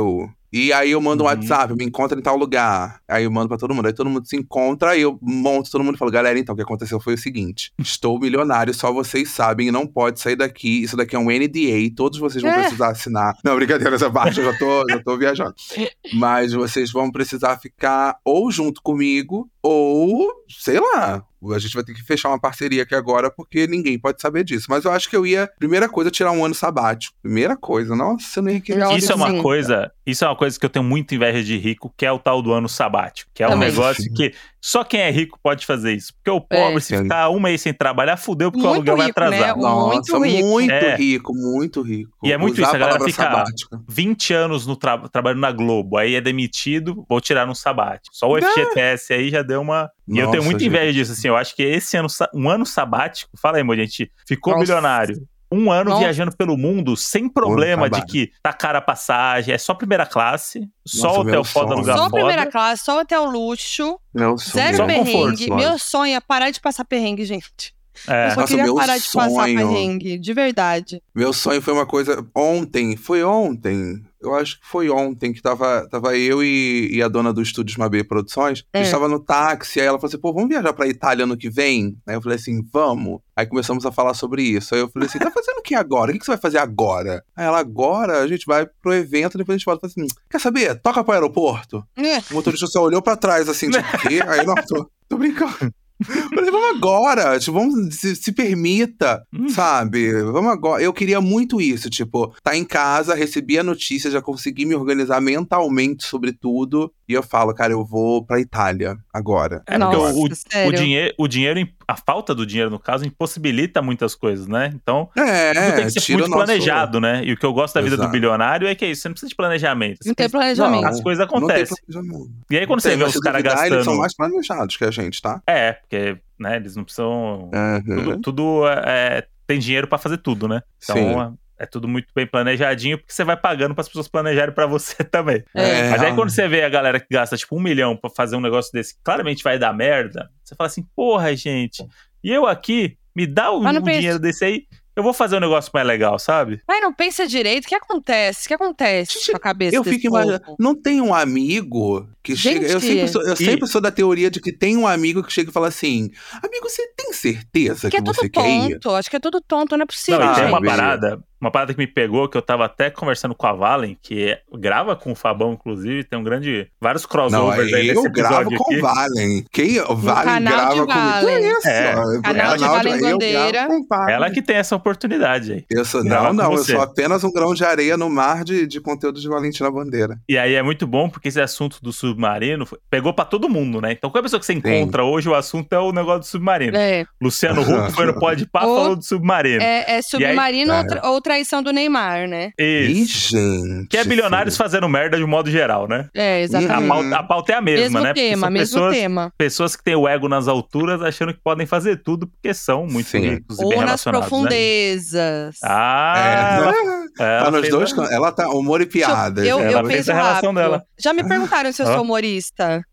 E aí eu mando um uhum. WhatsApp, me encontra em tal lugar. Aí eu mando pra todo mundo. Aí todo mundo se encontra, aí eu monto todo mundo e falo, galera, então, o que aconteceu foi o seguinte. Estou milionário, só vocês sabem, e não pode sair daqui. Isso daqui é um N D A, todos vocês vão é. precisar assinar. Não, brincadeira, essa parte eu já tô, já tô viajando. Mas vocês vão precisar ficar ou junto comigo, ou, sei lá, a gente vai ter que fechar uma parceria aqui agora, porque ninguém pode saber disso. Mas eu acho que eu ia, primeira coisa, tirar um ano sabático. Primeira coisa, nossa, eu não ia querer. Isso é uma sim. coisa, isso é uma coisa que eu tenho muito inveja de rico, que é o tal do ano sabático. Que é um Também. negócio que só quem é rico pode fazer isso. Porque o pobre, é. se ficar um mês sem trabalhar, fudeu, porque muito o aluguel rico, vai atrasar. Né? Nossa, muito rico. Muito é. rico, muito rico. E é muito Usar isso, a galera fica sabática. vinte anos no tra- trabalhando na Globo, aí é demitido, vou tirar um sabático. Só o F G T S aí já deu uma... E Nossa, eu tenho muita inveja gente. disso, assim, eu acho que esse ano, um ano sabático, fala aí, amor, gente, ficou Nossa. bilionário. Um ano Nossa. viajando pelo mundo, sem problema de que tá cara a passagem, é só primeira classe, só Nossa, hotel foda, lugar só foda. Só primeira classe, só hotel luxo, meu zero sonho. perrengue. Conforto, meu sonho é parar de passar perrengue, gente. É. Eu só Nossa, queria parar sonho. de passar perrengue, de verdade. Meu sonho foi uma coisa, ontem, foi ontem... Eu acho que foi ontem que tava, tava eu e, e a dona do Estúdios Mabê Produções. É. A gente tava no táxi, aí ela falou assim, pô, vamos viajar pra Itália ano que vem? Aí eu falei assim, vamos. Aí começamos a falar sobre isso. Aí eu falei assim, tá fazendo o que agora? O que você vai fazer agora? Aí ela, agora a gente vai pro evento, depois a gente volta. Eu falei assim, quer saber? Toca pro aeroporto. É. O motorista só olhou pra trás, assim, tipo, o quê? Aí, não, tô, tô brincando. Falei, vamos agora, tipo, vamos, se, se permita, hum. sabe? Vamos agora. Eu queria muito isso, tipo, tá em casa, recebi a notícia, já consegui me organizar mentalmente sobre tudo. E eu falo, cara, eu vou pra Itália agora. É, porque Nossa, o, o, dinheiro, o dinheiro, a falta do dinheiro, no caso, impossibilita muitas coisas, né? Então, é, tudo tem que ser muito planejado, nosso... né? E o que eu gosto da vida Exato. do bilionário é que é isso, você não precisa de planejamento. Não tem planejamento. Não, as coisas acontecem. E aí, quando você vê os caras gastando... Eles são mais planejados que a gente, tá? É, porque, né, eles não precisam... Uhum. Tudo, tudo é, tem dinheiro pra fazer tudo, né? Então... Sim. É tudo muito bem planejadinho, porque você vai pagando para as pessoas planejarem para você também. É. Mas aí quando você vê a galera que gasta tipo um milhão para fazer um negócio desse, que claramente vai dar merda, você fala assim, porra, gente, e eu aqui, me dá o, o dinheiro desse aí, eu vou fazer um negócio mais legal, sabe? Mas não pensa direito, o que acontece? O que acontece gente, com a cabeça Eu fico imaginando, não tem um amigo que gente, chega... Eu sempre, sou, eu e... sempre sou da teoria de que tem um amigo que chega e fala assim, amigo, você tem certeza que, que é você quer ir? Tonto, acho que é tudo tonto, não é possível. Não, e tem gente. uma parada... Uma parada que me pegou, que eu tava até conversando com a Valen, que é, grava com o Fabão, inclusive, tem um grande... Vários crossovers não, aí nesse episódio aqui. Eu gravo com o Valen. Quem? O Valen grava comigo. É isso. É, o canal de Valen Bandeira. Ela que tem essa oportunidade aí. Eu sou, não, não, eu sou apenas um grão de areia no mar de, de conteúdo de Valentina Bandeira. E aí é muito bom, porque esse assunto do submarino pegou pra todo mundo, né? Então, qualquer pessoa que você encontra Sim. hoje, o assunto é o negócio do submarino. É. Luciano Huck foi no Podpah, falou do submarino. É, é submarino aí, ou, tra- ou traição do Neymar. Né? Isso. Ih, gente, que é bilionários sim. fazendo merda de modo geral, né? É, exatamente. A pauta, a pauta é a mesma, mesmo né? Tema, mesmo pessoas, tema. Pessoas que têm o ego nas alturas achando que podem fazer tudo porque são muito sim. ricos e Ou bem nas relacionados. profundezas. Né? Ah! É, ela, ela tá nos dois. A... Ela tá humor e piadas. Eu, eu, ela eu penso a relação rápido. dela. Já me perguntaram se eu sou humorista.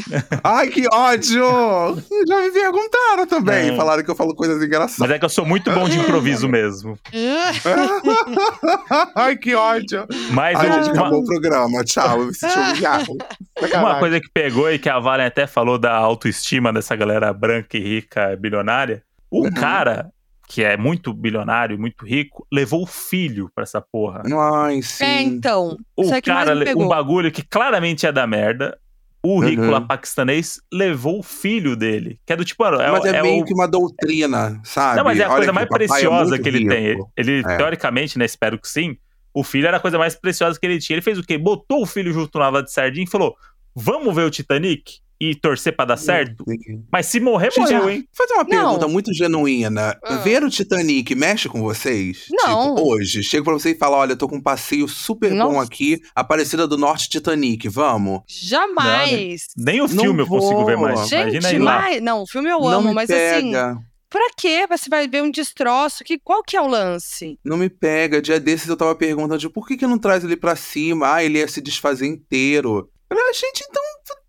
Ai, que ódio! Já me perguntaram também. Não. Falaram que eu falo coisas engraçadas. Mas é que eu sou muito bom de improviso mesmo. Ai, que ódio! Mas Ai, eu, gente, uma... acabou o programa. Tchau, eu me senti humilhado. Uma coisa que pegou e que a Valen até falou da autoestima dessa galera branca e rica, bilionária. O uhum. cara... que é muito bilionário, muito rico, levou o filho pra essa porra. Ai, sim. É, então. O cara, um bagulho que claramente é da merda. O rico uhum. lá paquistanês levou o filho dele. Que é do tipo... É, mas é, é meio o... que uma doutrina, sabe? Não, mas é a Olha coisa mais preciosa é que ele rico. tem. Ele, é. teoricamente, né, espero que sim, o filho era a coisa mais preciosa que ele tinha. Ele fez o quê? Botou o filho junto na lata de sardinha e falou, vamos ver o Titanic? E torcer pra dar certo? Mas se morrer, gente, morreu, hein? Vou fazer uma não. pergunta muito genuína. Ah. Ver o Titanic mexe com vocês? Não. Tipo, hoje, chego pra você e falo, olha, eu tô com um passeio super Nossa. bom aqui, Aparecida do Norte Titanic, vamos? Jamais. Não, nem o filme não eu vou. consigo ver mais. Gente, imagina aí lá. Mas, não, o filme eu não amo, me mas pega. assim... Pra quê? Você vai ver um destroço. Que, qual que é o lance? Não me pega. Dia desses eu tava perguntando, tipo, por que que não traz ele pra cima? Ah, ele ia se desfazer inteiro. Eu falei, ah, gente, então... Tá,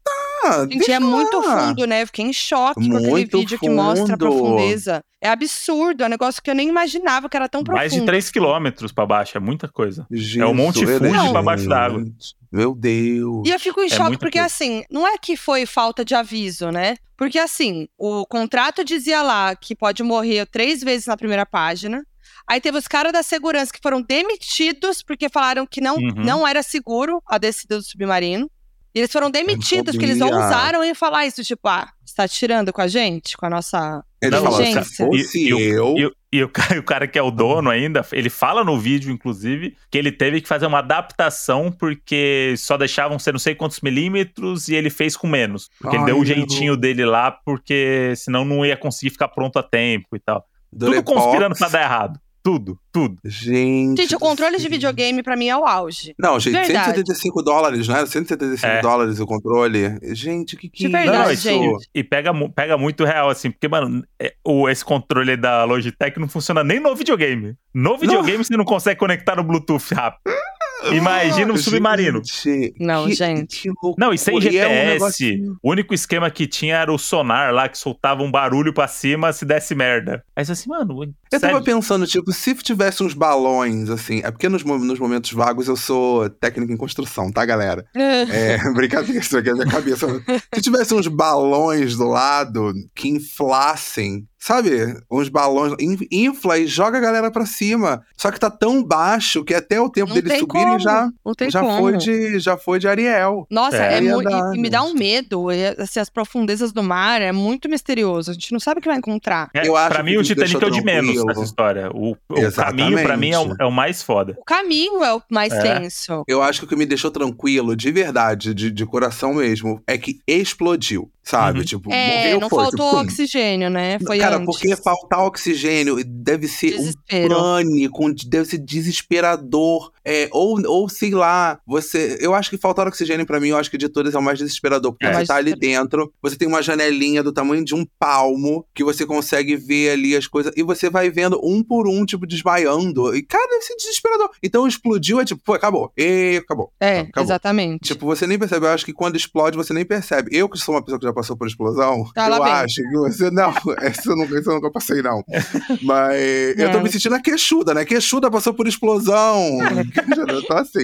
lá. Gente, é lá. muito fundo, né? Eu fiquei em choque muito com aquele vídeo fundo. que mostra a profundeza. É absurdo, é um negócio que eu nem imaginava que era tão profundo. Mais de três quilômetros pra baixo, é muita coisa. Jesus, é um monte fundo pra baixo d'água. Meu Deus. E eu fico em é choque porque, coisa. assim, não é que foi falta de aviso, né? Porque, assim, o contrato dizia lá que pode morrer três vezes na primeira página. Aí teve os caras da segurança que foram demitidos porque falaram que não, uhum. não era seguro a descida do submarino. E eles foram demitidos porque eles ousaram em falar isso, tipo, ah, você tá tirando com a gente, com a nossa inteligência? E, e, eu... e, e, e o, cara, o cara que é o dono ainda, ele fala no vídeo, inclusive, que ele teve que fazer uma adaptação porque só deixavam ser não sei quantos milímetros e ele fez com menos. Porque Ai, ele deu um jeitinho dele lá, porque senão não ia conseguir ficar pronto a tempo e tal. Do Tudo conspirando pra dar errado. Tudo, tudo. Gente. Gente, o controle de videogame pra mim é o auge. Não, gente, verdade. cento e setenta e cinco dólares, não era? cento e setenta e cinco é. dólares o controle. Gente, que que de verdade, é gente. E pega, pega muito real, assim, porque, mano, é, o, esse controle da Logitech não funciona nem no videogame. No videogame não. Você não consegue conectar no Bluetooth rápido. Imagina um submarino. Gente, não, que, gente. Que não, e sem G P S. É um o único esquema que tinha era o sonar lá, que soltava um barulho pra cima se desse merda. Aí você assim, mano. Eu sério? tava pensando, tipo, se tivesse uns balões, assim. É porque nos, nos momentos vagos eu sou técnico em construção, tá, galera? é, brincadeira, isso aqui é a minha cabeça. Se tivesse uns balões do lado que inflassem. Sabe? Uns balões, infla e joga a galera pra cima. Só que tá tão baixo que até o tempo deles subirem já, já, foi de, já foi de Ariel. Nossa, é, é muito, e, e me dá um medo. E, assim, as profundezas do mar é muito misterioso. A gente não sabe o que vai encontrar. É, Eu acho pra mim, o Titanic é o de menos nessa história. O, o caminho, pra mim, é o, é o mais foda. O caminho é o mais é. tenso. Eu acho que o que me deixou tranquilo, de verdade, de, de coração mesmo, é que explodiu. Sabe? Uhum. Tipo, é, morreu, não foi, faltou tipo, oxigênio, né? Foi Cara, antes. porque faltar oxigênio deve ser Desespero. um pânico, deve ser desesperador. É, ou, ou, sei lá, você... Eu acho que faltar oxigênio pra mim, eu acho que de todas é o mais desesperador. Porque é. você tá ali dentro, você tem uma janelinha do tamanho de um palmo, que você consegue ver ali as coisas, e você vai vendo um por um, tipo, desmaiando. E, cara, deve ser desesperador. Então explodiu, é tipo, pô, acabou. E acabou. É, acabou. exatamente. Tipo, você nem percebe. Eu acho que quando explode, você nem percebe. Eu, que sou uma pessoa que já passou por explosão, ah, eu bem. acho que você... Não, essa eu nunca, essa eu nunca passei, não. Mas é. eu tô me sentindo a queixuda, né? Queixuda passou por explosão. Eu tô assim.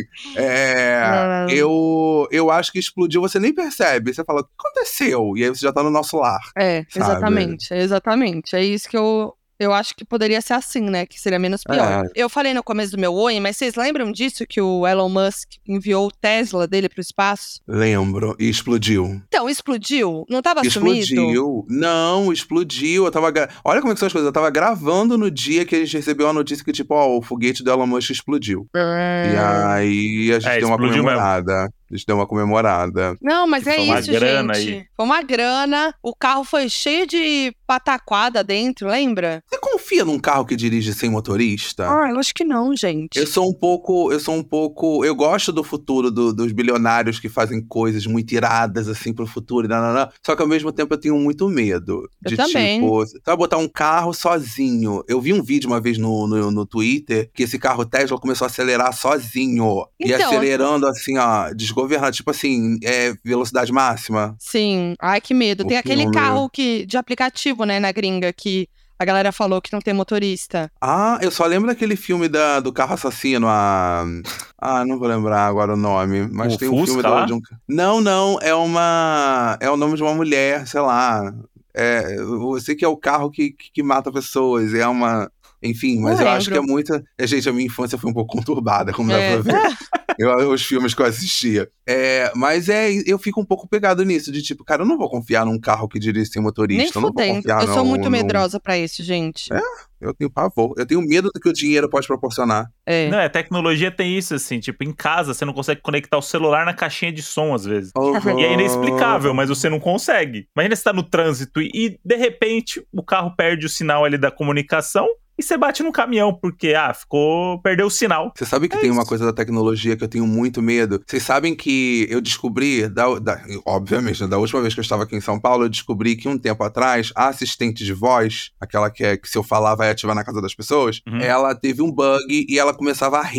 É, eu, eu acho que explodiu, você nem percebe. Você fala, o que aconteceu? E aí você já tá no nosso lar. É, sabe? exatamente. Exatamente. É isso que eu... Eu acho que poderia ser assim, né? Que seria menos pior. É. Eu falei no começo do meu oi, mas vocês lembram disso? Que o Elon Musk enviou o Tesla dele pro espaço? Lembro. E explodiu. Então, explodiu? Não tava explodiu. sumido? Explodiu. Não, explodiu. Eu tava... Gra... Olha como é que são as coisas. Eu tava gravando no dia que a gente recebeu a notícia que, tipo, ó, o foguete do Elon Musk explodiu. É. E aí a gente é, deu uma comemorada. Mesmo. A gente deu uma comemorada. Não, mas é isso, grana gente. Aí. Foi uma grana. O carro foi cheio de pataquada dentro, lembra? Você confia num carro que dirige sem motorista? Ah, eu acho que não, gente. Eu sou um pouco... Eu sou um pouco... Eu gosto do futuro do, dos bilionários que fazem coisas muito iradas, assim, pro futuro. Não, não, não. Só que, ao mesmo tempo, eu tenho muito medo. Eu de, também. Tipo, você vai botar um carro sozinho. Eu vi um vídeo uma vez no, no, no Twitter que esse carro Tesla começou a acelerar sozinho. Então, e acelerando, assim, ó, desgovernado. Tipo assim, é velocidade máxima. Sim. Ai, que medo. Tem aquele carro que, de aplicativo, né, na gringa, que a galera falou que não tem motorista. Ah, eu só lembro daquele filme da, do carro assassino, a... Ah, não vou lembrar agora o nome. Mas o tem Fusca, um filme lá? de um... Não, não, é uma... É o nome de uma mulher, sei lá. É, eu sei que é o carro que, que, que mata pessoas. É uma... Enfim, mas não eu lembro. acho que é muita... Gente, a minha infância foi um pouco conturbada, como é. dá pra ver. Eu, os filmes que eu assistia. É, mas é, eu fico um pouco pegado nisso, de tipo, cara, eu não vou confiar num carro que dirige sem motorista. Nem eu não vou confiar Eu num, sou muito num... medrosa pra isso, gente. É, eu tenho pavor. Eu tenho medo do que o dinheiro pode proporcionar. É. Não, a tecnologia tem isso, assim, tipo, em casa você não consegue conectar o celular na caixinha de som, às vezes. Uhum. E é inexplicável, mas você não consegue. Imagina você tá no trânsito e, e, de repente, o carro perde o sinal ali da comunicação. E você bate no caminhão, porque, ah, ficou... Perdeu o sinal. Você sabe que é tem isso. uma coisa da tecnologia que eu tenho muito medo? Vocês sabem que eu descobri, da, da, obviamente, da última vez que eu estava aqui em São Paulo, eu descobri que um tempo atrás, a assistente de voz, aquela que, é, que se eu falar vai ativar na casa das pessoas, uhum. ela teve um bug e ela começava a rir.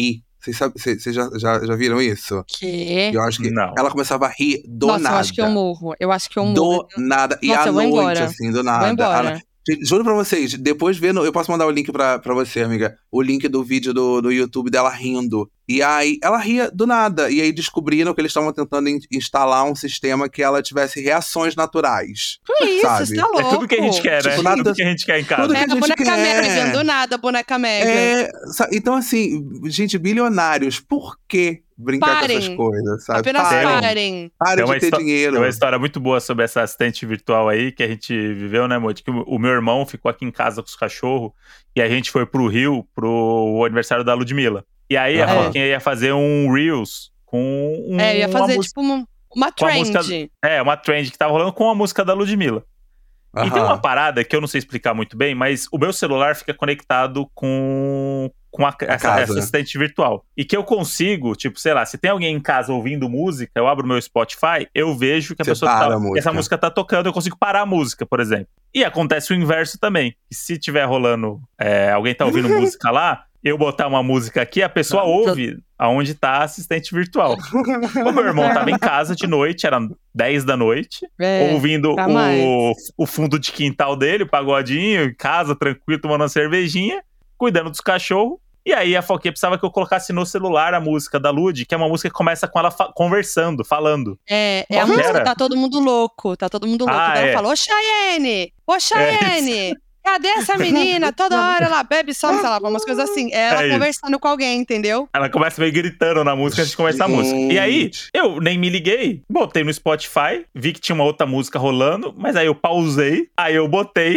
Vocês vocês já, já, já viram isso? Que? Eu acho que não. Ela começava a rir do Nossa, nada. eu acho que eu morro. Eu acho que eu morro. Do nada. E Nossa, à eu vou noite, embora. assim, do nada. Vou embora. Ela, juro pra vocês, depois vendo, eu posso mandar o link pra, pra você, amiga, o link do vídeo do, do YouTube dela rindo. E aí, ela ria do nada. E aí descobriram que eles estavam tentando in- instalar um sistema que ela tivesse reações naturais. Que isso, sabe? você tá louco? É tudo que a gente quer, né? Tipo, nada- Tudo que a gente quer em casa. tudo É que a a gente boneca quer. Megan, do nada, a boneca Megan. É, sa- então, assim, gente, bilionários, por que brincar Parem. com essas coisas, sabe? Apenas Parem. parem. Parem Tem uma, de ter histó- dinheiro. tem uma história muito boa sobre essa assistente virtual aí que a gente viveu, né, Moody? Que o, o meu irmão ficou aqui em casa com os cachorros e a gente foi pro Rio pro aniversário da Ludmilla. E aí a Aham. Foquinha ia fazer um Reels com um, É, ia uma fazer, música, tipo, uma, uma com a trend. música- é, uma trend que tava rolando com a música da Ludmilla. E tem Aham. uma parada que eu não sei explicar muito bem, mas o meu celular fica conectado com, com a, essa, casa. essa assistente virtual. E que eu consigo, tipo, sei lá, se tem alguém em casa ouvindo música, eu abro o meu Spotify, eu vejo que a Você pessoa para tá, a música. essa música tá tocando, eu consigo parar a música, por exemplo. E acontece o inverso também. E se tiver rolando, é, alguém tá ouvindo música lá, eu botar uma música aqui, a pessoa ouve aonde tá a assistente virtual. O meu irmão tava em casa de noite, era dez da noite, É, ouvindo pra mais. o, o fundo de quintal dele, o pagodinho, em casa, tranquilo, tomando uma cervejinha, cuidando dos cachorros. E aí a Foquinha precisava que eu colocasse no celular a música da Lud, que é uma música que começa com ela fa- conversando, falando. É, é a Qual música era? Tá Todo Mundo Louco. Tá todo mundo louco. Ah, Daí ela é. falou, ô Cheyenne! Ô Cheyenne! Cadê essa menina? Toda hora ela bebe só, sei lá, umas coisas assim. É ela É isso. conversando com alguém, entendeu? Ela começa meio gritando na música antes de começar a música. E aí, eu nem me liguei, botei no Spotify, vi que tinha uma outra música rolando, mas aí eu pausei, aí eu botei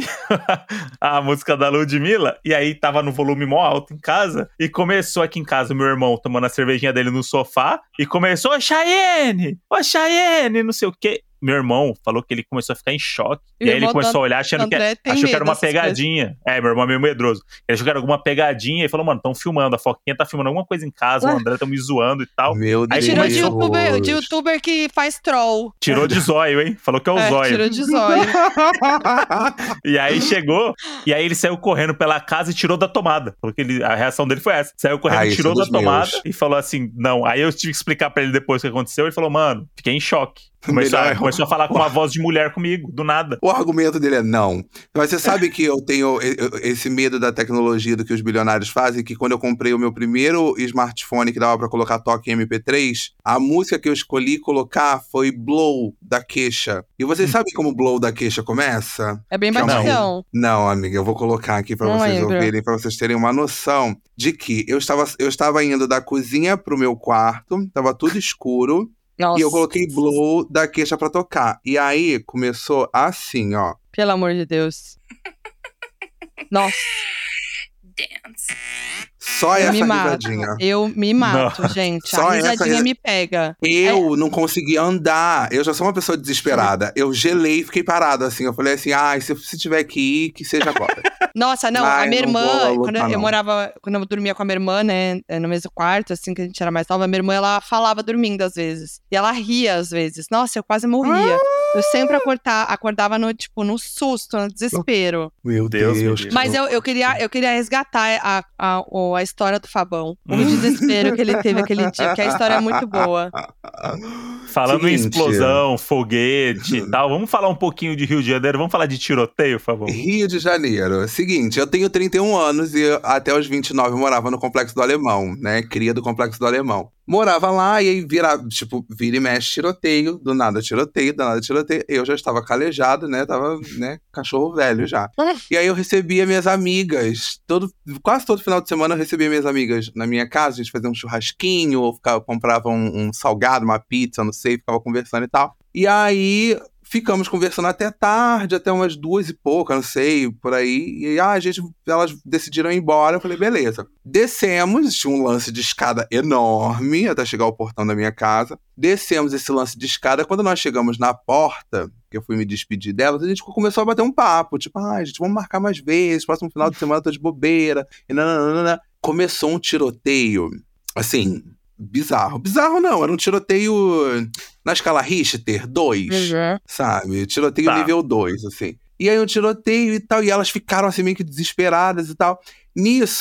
a música da Ludmilla, e aí tava no volume mó alto em casa, e começou aqui em casa o meu irmão tomando a cervejinha dele no sofá, e começou, ô Cheyenne, ô Cheyenne, não sei o quê. Meu irmão falou que ele começou a ficar em choque. E E, o aí ele irmão começou do a olhar achando que, André tem achou que medo era uma dessas pegadinha. É, meu irmão é meio medroso. Ele achou que era alguma pegadinha e falou, mano, estão filmando, a Foquinha tá filmando alguma coisa em casa, Ué? o André tá me zoando e tal. Meu Aí Deus. Tirou de começou- youtuber, de youtuber que faz troll. Tirou de zóio, hein? Falou que é o É, zóio. tirou de zóio. E aí chegou, e aí ele saiu correndo pela casa e tirou da tomada. Falou que ele, a reação dele foi essa. Saiu correndo, Ah, esse tirou é da dos tomada meus. e falou assim, não. Aí eu tive que explicar pra ele depois o que aconteceu. Ele falou, mano, fiquei em choque. Começou, Melhor- a, começou a falar com uma voz de mulher comigo, do nada. O argumento dele é não. Mas você sabe que eu tenho e- e- esse medo da tecnologia do que os bilionários fazem, que quando eu comprei o meu primeiro smartphone que dava pra colocar toque em M P três, a música que eu escolhi colocar foi Blow, da Kesha. E vocês sabem como Blow da Kesha começa? É bem Não. batidão. Não, amiga, eu vou colocar aqui pra Não vocês lembro. ouvirem, pra vocês terem uma noção de que eu estava, eu estava indo da cozinha pro meu quarto, tava tudo escuro, Nossa, e eu coloquei Blow da Kesha pra tocar. E aí começou assim, ó. pelo amor de Deus. Nossa, Só eu essa me mato. risadinha. Eu me mato, gente. Só A essa risadinha risa- me pega. Eu não conseguia andar. Eu já sou uma pessoa desesperada. Eu gelei e fiquei parado, assim. Eu falei assim, ai, se, se tiver que ir, que seja agora. Nossa, não, Ai, a minha não irmã, vou lutar, quando eu, eu não. morava, quando eu dormia com a minha irmã, né, no mesmo quarto, assim, que a gente era mais nova, a minha irmã, ela falava dormindo às vezes. E ela ria às vezes. Nossa, eu quase morria. Eu sempre acordava, acordava no, tipo, no susto, no desespero. Meu Deus, Deus. meu Deus. Mas eu, eu, queria, eu queria resgatar a, a, o- a história do Fabão. O desespero que ele teve aquele dia, porque a história é muito boa. Falando em Seguinte. explosão, foguete e tal, vamos falar um pouquinho de Rio de Janeiro, vamos falar de tiroteio, por favor. Rio de Janeiro. Seguinte, eu tenho trinta e um anos e eu, até os vinte e nove eu morava no Complexo do Alemão, né? Cria do Complexo do Alemão. Morava lá e aí vira, tipo, vira e mexe tiroteio, do nada tiroteio, do nada tiroteio. Eu já estava calejado, né? Tava, né, cachorro velho já. E aí eu recebia minhas amigas, todo, quase todo final de semana eu recebia minhas amigas na minha casa, a gente fazia um churrasquinho, ou ficava, comprava um, um salgado, uma pizza, não sei, ficava conversando e tal. E aí ficamos conversando até tarde, até umas duas e pouca, não sei, por aí. E ah, a gente, elas decidiram ir embora. Eu falei, beleza. Descemos, tinha um lance de escada enorme até chegar ao portão da minha casa. Descemos esse lance de escada. Quando nós chegamos na porta, que eu fui me despedir delas, a gente começou a bater um papo. Tipo, ah, gente, vamos marcar mais vezes. Próximo final de semana eu tô de bobeira. E nananana. Começou um tiroteio, assim, bizarro. Bizarro não, era um tiroteio na escala Richter dois, Uhum. sabe? Tiroteio Tá. nível dois, assim. E aí um tiroteio e tal, e elas ficaram assim meio que desesperadas e tal. Nisso,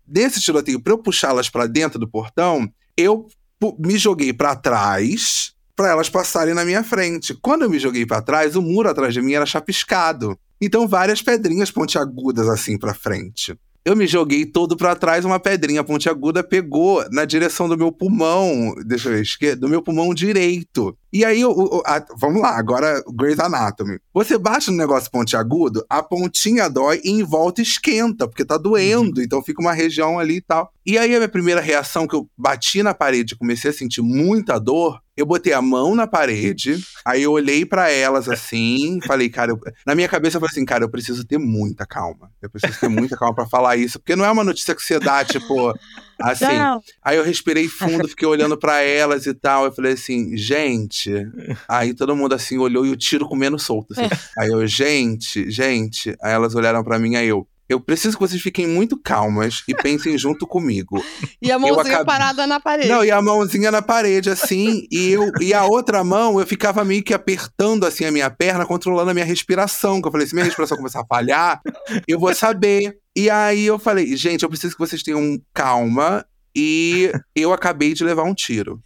nesse tiroteio, pra eu puxá-las pra dentro do portão, eu me joguei pra trás pra elas passarem na minha frente. Quando eu me joguei pra trás, o muro atrás de mim era chapiscado. Então, várias pedrinhas pontiagudas assim pra frente. Eu me joguei todo pra trás, uma pedrinha pontiaguda pegou na direção do meu pulmão, deixa eu ver, esquerdo, do meu pulmão direito. E aí, o, o, a, vamos lá, agora Grey's Anatomy. Você bate no negócio pontiagudo, a pontinha dói e em volta esquenta, porque tá doendo, então fica uma região ali e tal. E aí, a minha primeira reação, que eu bati na parede e comecei a sentir muita dor, eu botei a mão na parede, aí eu olhei pra elas assim, falei, cara, eu... na minha cabeça eu falei assim, cara, eu preciso ter muita calma. Eu preciso ter muita calma pra falar isso, porque não é uma notícia que você dá, tipo, assim. Não. Aí eu respirei fundo, fiquei olhando pra elas e tal, eu falei assim, gente... Aí todo mundo assim olhou e o tiro comendo solto, assim. Aí eu, gente, gente, aí elas olharam pra mim, aí eu... Eu preciso que vocês fiquem muito calmas e pensem junto comigo. E a mãozinha acab... parada na parede. Não, e a mãozinha na parede, assim, e, eu, e a outra mão, eu ficava meio que apertando, assim, a minha perna, controlando a minha respiração. Que eu falei, se minha respiração começar a falhar, eu vou saber. E aí eu falei, gente, eu preciso que vocês tenham calma, e eu acabei de levar um tiro.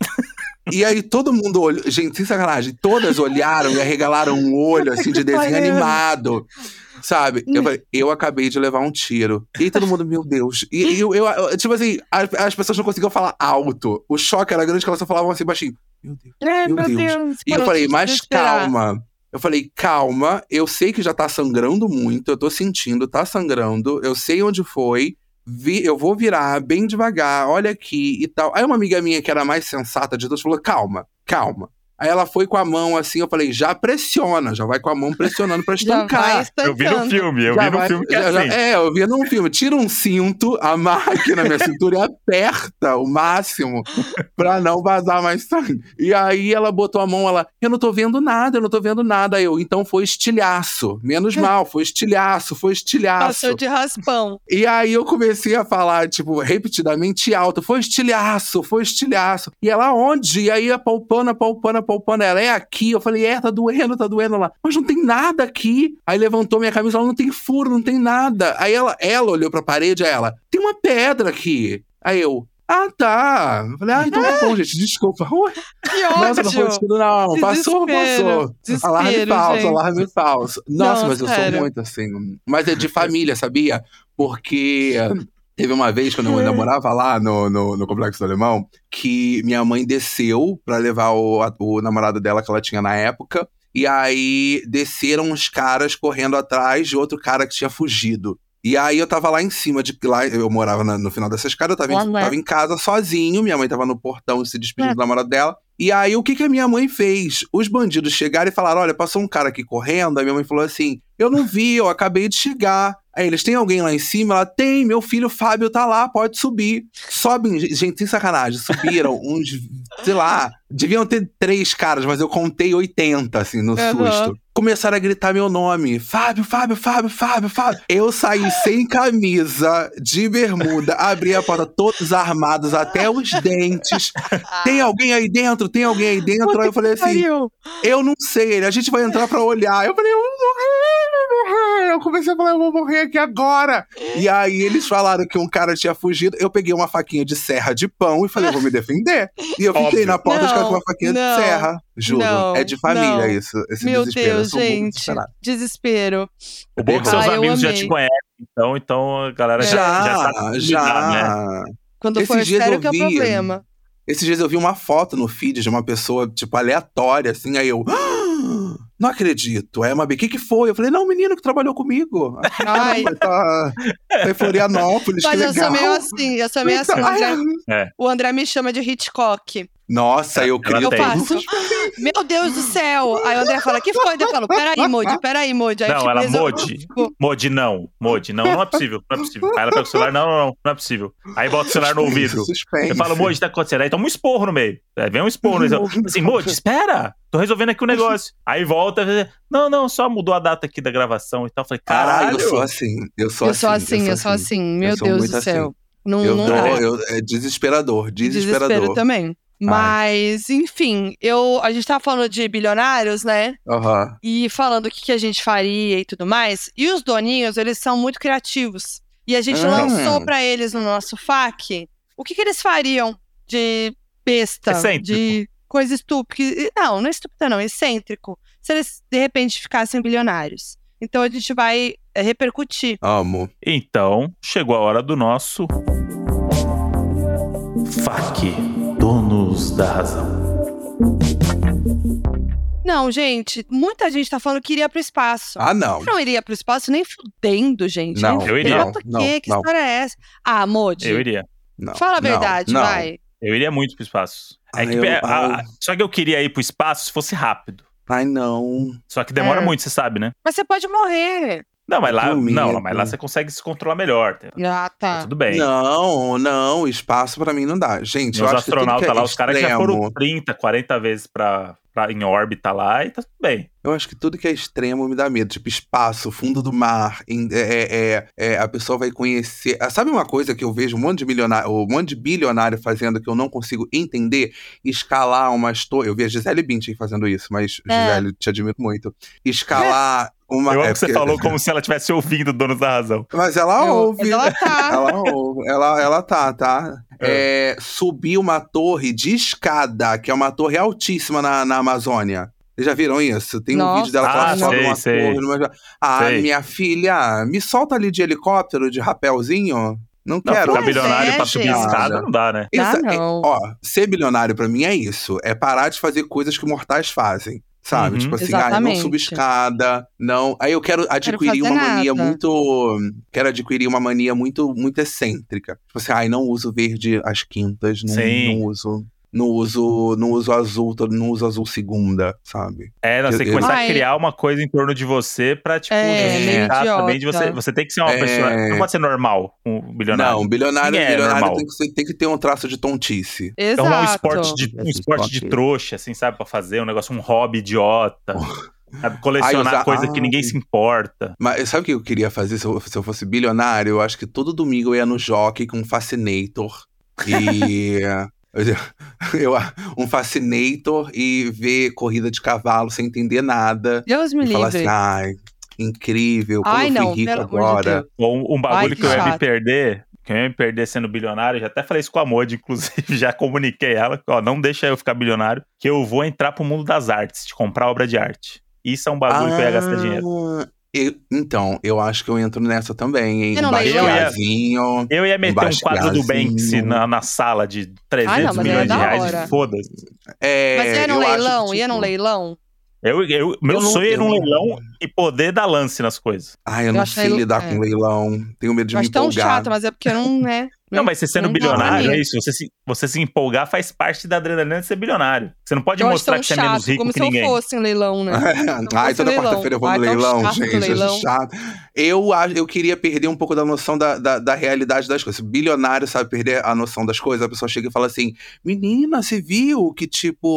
E aí todo mundo olhou, gente, sem sacanagem, todas olharam e arregalaram um olho, assim, de desenho animado. Sabe? Eu falei, eu acabei de levar um tiro. E aí todo mundo, meu Deus. E, e eu, eu, tipo assim, as, as pessoas não conseguiam falar alto. O choque era grande que elas só falavam assim baixinho. Meu Deus, é, meu, meu Deus. Deus. E eu falei, mas calma. Eu falei, calma, eu sei que já tá sangrando muito, eu tô sentindo, tá sangrando, eu sei onde foi. Vi, eu vou virar bem devagar, olha aqui e tal. Aí uma amiga minha, que era mais sensata de todos, falou, calma, calma. Aí ela foi com a mão assim, eu falei, já pressiona, já vai com a mão pressionando pra estancar. Eu vi no filme, eu já vi no vai, filme que é já, assim. É, eu vi num filme. Tira um cinto, amarra aqui na minha cintura e aperta o máximo pra não vazar mais sangue. E aí ela botou a mão, ela, eu não tô vendo nada, eu não tô vendo nada. Aí eu, então foi estilhaço. Menos mal, foi estilhaço, foi estilhaço. Passou de raspão. E aí eu comecei a falar, tipo, repetidamente alto, foi estilhaço, foi estilhaço. E ela, onde? E aí apalpando, apalpando, apalpando, ela, é aqui. Eu falei, é, tá doendo, tá doendo lá. Mas não tem nada aqui. Aí levantou minha camisa, ela, não tem furo, não tem nada. Aí ela, ela olhou pra parede, aí ela, tem uma pedra aqui. Aí eu, ah, tá. Eu falei, ah, então tá bom, gente, desculpa. Ué. Que ódio. Nossa, não foi tiro, não. Desespero. Passou, passou. Desespero, alarme falso, gente. alarme falso. Nossa, não, mas eu sério. sou muito assim. Mas é de família, sabia? Porque... Teve uma vez, quando eu ainda morava lá no, no, no Complexo do Alemão, que minha mãe desceu pra levar o, a, o namorado dela que ela tinha na época. E aí, desceram uns caras correndo atrás de outro cara que tinha fugido. E aí, eu tava lá em cima, de lá eu morava na, no final dessa escada, eu tava em, tava em casa sozinho, minha mãe tava no portão se despedindo é. do namorado dela. E aí, o que que a minha mãe fez? Os bandidos chegaram e falaram, olha, passou um cara aqui correndo. Aí minha mãe falou assim, eu não vi, eu acabei de chegar. Aí eles, tem alguém lá em cima? Ela, tem, meu filho Fábio tá lá, pode subir. Sobem, gente, sem sacanagem, subiram uns, sei lá, deviam ter três caras, mas eu contei oitenta, assim, no uhum. susto. Começaram a gritar meu nome, Fábio, Fábio, Fábio, Fábio, Fábio. Eu saí sem camisa, de bermuda, abri a porta, todos armados até os dentes. Tem alguém aí dentro? Tem alguém aí dentro? Aí eu falei assim, eu não sei, a gente vai entrar pra olhar. Eu falei, eu vou morrer, eu vou morrer. Eu comecei a falar, eu vou morrer aqui agora. E aí eles falaram que um cara tinha fugido. Eu peguei uma faquinha de serra de pão e falei, eu vou me defender. E eu fiquei na porta não, com uma faquinha não, de serra. Juro, não, é de família não. isso, esse Meu desespero. Deus, gente, desespero. O bom é que seus ah, amigos já te conhecem, então, então a galera já, já, já sabe já. Lidar, né? Quando for sério que é o problema. Esses dias eu vi uma foto no feed de uma pessoa, tipo, aleatória, assim, aí eu... Ah, não acredito. Aí uma B, o que que foi? Eu falei, não, o menino que trabalhou comigo. Ai. Tá, tá em Florianópolis, mas que eu legal. sou meio assim, eu sou meio então, assim. O André, é. o André me chama de Hitchcock. Nossa, eu crio eu faço. Meu Deus do céu. Aí o André fala, que foi? Eu falo, peraí, Modi, peraí, Modi. Aí, não, tipo, ela, Modi, eu... Modi, não. Modi, não, não é possível, não é possível. Aí ela pega o celular, não, não, não, não é possível. Aí bota o celular no ouvido. Suspense. Eu falo, Modi, tá acontecendo. Aí toma um esporro no meio. Aí vem um esporro no meio. Assim, Modi, espera, tô resolvendo aqui o um negócio. Aí volta, não, não, só mudou a data aqui da gravação e tal. Eu falei, caralho. Ah, eu sou assim, eu sou eu assim. Sou assim eu sou assim, meu Deus do céu. Não, eu não dou, é. eu, é desesperador, desesperador. Desespero também. Mas, Ai. enfim, eu, a gente tava falando de bilionários, né? Uhum. E falando o que, que a gente faria e tudo mais. E os doninhos, eles são muito criativos. e a gente hum. lançou pra eles no nosso F A Q, o que, que eles fariam de besta, excêntrico. de coisa estúpida? Não, não é estúpida não, é excêntrico. Se eles, de repente, ficassem bilionários. Então a gente vai é, repercutir. Amo. Então, chegou a hora do nosso F A Q, Donos da Razão. Não, gente, muita gente tá falando que iria pro espaço. Ah, não. Eu não iria pro espaço nem fudendo, gente. Não, nem eu iria. Não, por quê? Não, que não. história é essa? Ah, Modi. Eu iria. Não, Fala a verdade, não, não. vai. Eu iria muito pro espaço. É Ai, que, eu, a, a, ai. só que eu queria ir pro espaço se fosse rápido. Ai, não. Só que demora É. muito, você sabe, né? Mas você pode morrer. Não, mas lá, Eu tenho não, medo. mas lá você consegue se controlar melhor. Tá, Ah, tá. tudo bem. Não, não, espaço pra mim não dá. Gente, Os eu acho que tudo que astronautas é lá, os caras que já foram extremo- trinta, quarenta vezes pra, pra, em órbita lá e tá tudo bem. Eu acho que tudo que é extremo me dá medo. Tipo, espaço, fundo do mar. em- É, é, é, a pessoa vai conhecer. Ah, sabe uma coisa que eu vejo um monte de milionário, um monte de bilionário fazendo que eu não consigo entender? Escalar umas torres. Eu vi a Gisele Bündchen fazendo isso, mas É. Gisele, te admiro muito. Escalar uma. Eu amo é, que você porque- falou como se ela estivesse ouvindo Donos da Razão. Mas ela Eu- ouve. mas ela tá. Ela ouve. Ela, ela tá, tá? É, subir uma torre de escada, que é uma torre altíssima na, na Amazônia. Vocês já viram isso? Tem um Nossa. vídeo dela que Ah, ela sobe sei, uma sei. torre. Numa... Ah, Sei. minha filha, me solta ali de helicóptero, de rapelzinho. Não Não, quero. ficar Pois bilionário é, pra subir gente. escada não dá, né? Isso, Dá é- não. ó, ser bilionário pra mim é isso. É parar de fazer coisas que mortais fazem. Sabe? Uhum. Tipo assim, ah, não Exatamente. subo escada, não. Aí eu quero adquirir fazer uma mania nada. muito. Quero adquirir uma mania muito, muito excêntrica. Tipo assim, ai, não uso verde às quintas, não, Sim. não uso. Não uso, não uso azul, não uso azul segunda, sabe? É, não, você tem que Eu- eu- começar Ai. a criar uma coisa em torno de você pra, tipo, É, justificar meio também de você. idiota. Você tem que ser uma É. pessoa. Não pode ser normal, um bilionário. Não, bilionário, Quem é bilionário normal? tem, que ser- tem que ter um traço de tontice. Exato. Arrumar um esporte de, um Esse esporte de esporte. trouxa, assim, sabe? Pra fazer um negócio, um hobby idiota. Sabe? Colecionar Ai, usar- coisa que ai. ninguém se importa. Mas sabe o que eu queria fazer se eu, se eu fosse bilionário? Eu acho que todo domingo eu ia no Jockey com um Fascinator. E. eu, um Fascinator e ver corrida de cavalo sem entender nada. Deus me E falar livre. assim, ai, incrível, como Ai, eu fui não, rico pelo amor de agora. Deus. Ou um bagulho Ai, que, que eu ia me chato. perder, que eu ia me perder sendo bilionário, já até falei isso com a Modi, inclusive, já comuniquei ela, ó, não deixa eu ficar bilionário, que eu vou entrar pro mundo das artes, de comprar obra de arte. Isso é um bagulho que eu ia gastar dinheiro. Ah, eu- então, eu acho que eu entro nessa também, hein? Você não Um leilão? Basquiazinho. Eu ia meter um quadro do Basquiazinho. Banksy na, na sala de trezentos Ai, não, mas milhões é de da reais hora. e foda-se. É, Mas ia num eu acho leilão? que, Ia tipo, num leilão? Eu, eu, meu Eu não- sonho é ir eu num não- leilão e poder dar lance nas coisas. Ai, eu Eu não acho sei leilão- lidar é. com leilão. Tenho medo de Eu me acho tão empolgar. chato, mas é porque eu não, né? Não, mas você sendo não dá pra bilionário, mim. é isso. Você se, você se empolgar faz parte da adrenalina de ser bilionário. Você não pode Eu acho mostrar tão que você é menos chato, rico como que se eu ninguém. fosse um leilão, né? Ai, toda leilão. quarta-feira eu vou Ai, no tão leilão, chato gente. leilão. Acho chato. Eu, acho- eu queria perder um pouco da noção da, da, da realidade das coisas. Bilionário sabe perder a noção das coisas. A pessoa chega e fala assim: menina, você viu que, tipo,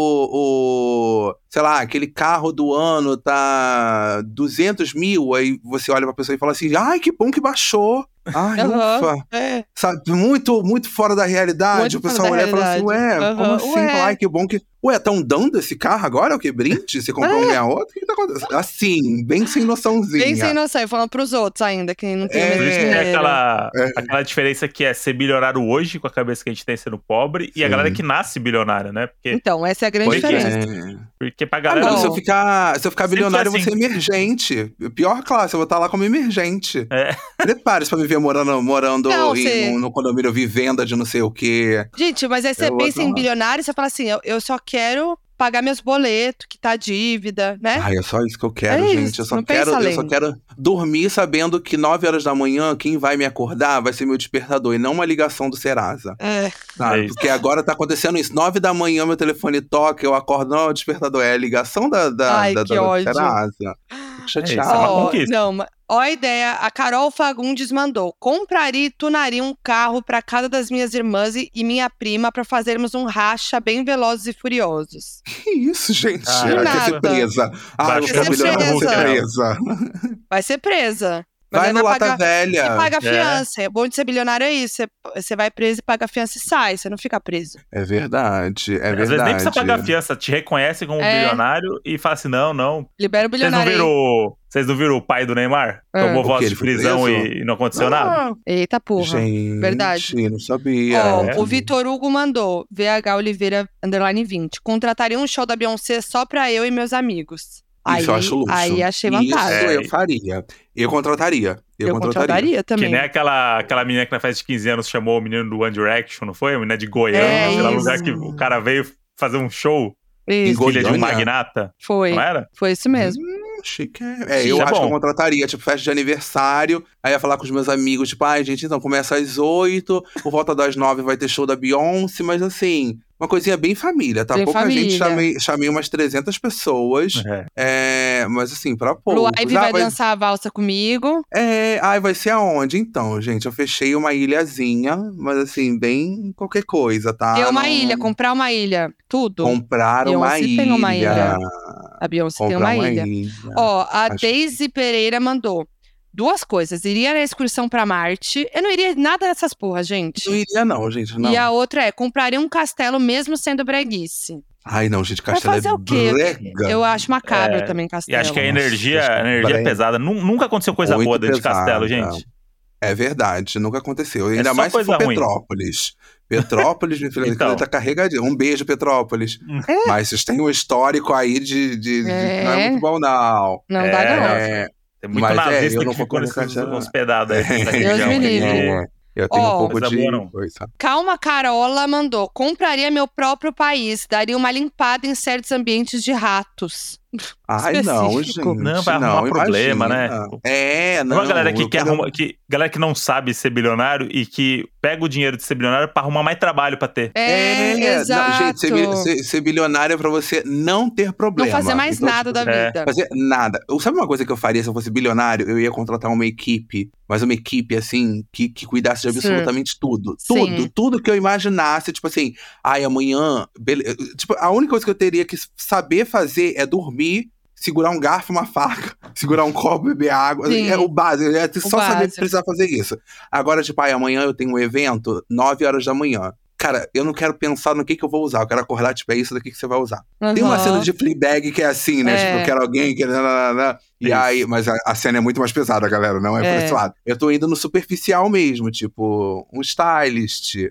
o. Sei lá, aquele carro do ano tá duzentos mil. Aí você olha pra pessoa e fala assim: ai, que bom que baixou. Ai, Aham, ufa. é. Sabe, muito, muito fora da realidade. Muito o pessoal fora da olha e fala assim: ué, realidade. como Aham, assim? ué. Ai, que bom que. Ué, estão dando esse carro agora? É o que? Brinde? Você comprou um ganhar outro? O que, que tá acontecendo? Assim, bem sem noçãozinha. Bem sem noção, e falando pros outros ainda, que não tem É. o Por mesmo isso que tem dinheiro. aquela, É. aquela diferença que é ser bilionário hoje, com a cabeça que a gente tem sendo pobre, e a Sim. galera que nasce bilionária, né? Porque, Então, essa é a grande Foi que diferença. É. porque pra Ah, galera. não, não. se eu ficar, se eu ficar Sempre bilionário, foi eu vou ser emergente. Pior classe, eu vou estar lá como emergente. É. Prepare-se pra me ver morando, morando Não, em- você- no, no condomínio vivenda de não sei o quê. Gente, mas aí você Eu pensa vou em lá. bilionário, você fala assim, eu, eu só quero pagar meus boletos, que tá dívida, né? Ai, é só isso que eu quero, É gente. isso, Eu só não quero, pensa eu além. só quero dormir sabendo que nove horas da manhã, quem vai me acordar vai ser meu despertador e não uma ligação do Serasa. É. Sabe? É isso. Porque agora tá acontecendo isso. Nove da manhã, meu telefone toca, eu acordo, não, é o despertador. É a ligação da, da, Ai, da, que da ódio. Serasa. Fico isso, é chateado. uma Ó, conquista. não, mas- ó a ideia, a Carol Fagundes mandou, compraria e tunaria um carro pra cada das minhas irmãs e e minha prima pra fazermos um racha bem velozes e furiosos. Que isso, gente? Ah, Quer nada. ser presa. Ah, eu vou Baixando ficar o bilionário, vou ser Hulk, presa. Vai ser presa. Vai aí no vai Lata pagar- Velha. E paga É. fiança. É bom de ser bilionário é isso. Você, você vai preso e paga fiança e sai. Você não fica preso. É verdade, é Às vezes nem verdade. precisa pagar a fiança, te reconhece como É. bilionário e fala assim: não, não. Libera o Vocês não bilionário aí. viram, vocês não viram o pai do Neymar? É. Tomou O quê? voz Ele de foi prisão preso? e, e não aconteceu nada? Eita porra. Gente, Verdade. não sabia. Ó, É. o Vitor Hugo mandou, V H Oliveira underline vinte. Contrataria um show da Beyoncé só pra eu e meus amigos. Aí, Isso eu acho luxo. aí achei Isso vantagem. É. eu faria. Eu contrataria. Eu, Eu contrataria. contrataria também. Que nem aquela, aquela menina que na festa de quinze anos chamou o menino do One Direction, não foi? A menina de Goiânia, É, sei lá, isso. lugar que o cara veio fazer um show, Isso, filha de um Goiânia? magnata, foi. não era? Foi isso mesmo. Hum, chique. É, Sim, eu é acho bom. que eu contrataria, tipo, festa de aniversário. Aí ia falar com os meus amigos, tipo, ai, gente, então começa às oito, por volta das nove vai ter show da Beyoncé, mas assim, uma coisinha bem família, tá? Bem Pouca família. gente, chamei, chamei umas trezentas pessoas. É. É, mas assim, pra Blue poucos. Ivy Ah, vai vai- dançar a valsa comigo. É, ai, vai ser aonde? Então, gente, eu fechei uma ilhazinha, mas assim, bem qualquer coisa, tá? Ter uma Não- ilha, comprar uma ilha. Tudo. Comprar uma Beyoncé ilha. tem uma ilha. A Beyoncé tem Comprar uma ilha. Ó, a Acho- Daisy Pereira mandou duas coisas. Iria na excursão pra Marte. Eu não iria nada dessas porra, gente. Não iria não, gente, não. E a outra é, compraria um castelo mesmo sendo breguice. Ai, não, gente, Vai castelo fazer é o quê? brega. Eu acho macabro É, também E castelo. acho que a Nossa, energia, acho a energia é brega. pesada. Nu- Nunca aconteceu coisa Muito boa dentro de castelo, pesada. gente. É verdade, nunca aconteceu. Ainda só mais se coisa for ruim. Petrópolis. Petrópolis, minha filha, Então. tá carregadinho. Um beijo, Petrópolis. É. Mas vocês têm um histórico aí de, de, de É. que não é muito bom, não. Não É, dá, não. É, Tem muito Mas é, nazista eu não que ficou concordo nesses com essa- hospedados aí. nessa Deus região me aí. livre. é, eu tenho Ó, um pouco coisa de boa, não. coisa. Calma Carola mandou. Compraria meu próprio país. Daria uma limpada em certos ambientes de ratos. Ai, não, Específico. gente. Não, vai arrumar problema, né? imagina. É, não. Uma galera que eu quer quero- arrumar, que, galera que não sabe ser bilionário e que pega o dinheiro de ser bilionário pra arrumar mais trabalho pra ter. É, não, exato. gente, ser, bi- ser- ser bilionário é pra você não ter Não problema. fazer mais Então, nada tipo, da é, vida. fazer nada. Eu- Sabe uma coisa que eu faria se eu fosse bilionário? Eu ia contratar uma equipe, mas uma equipe, assim, que, que cuidasse de Sim. absolutamente tudo. Sim. Tudo, tudo que eu imaginasse. Tipo assim, ai, amanhã. bele- Tipo, a única coisa que eu teria que saber fazer é dormir, segurar um garfo, uma faca, segurar um copo, beber água. Sim. É o básico. Eu ia ter O só saber básico. precisar fazer isso. Agora, tipo, ai, amanhã eu tenho um evento, nove horas da manhã. Cara, eu não quero pensar no que, que eu vou usar. Eu quero acordar, tipo, é isso daqui que você vai usar. Tem uma Aham. cena de Fleabag que é assim, né? É. Tipo, eu quero alguém que... E Isso. aí, mas a, a cena é muito mais pesada, galera. Não é, É. por esse lado. Eu tô indo no superficial mesmo. Tipo, um stylist,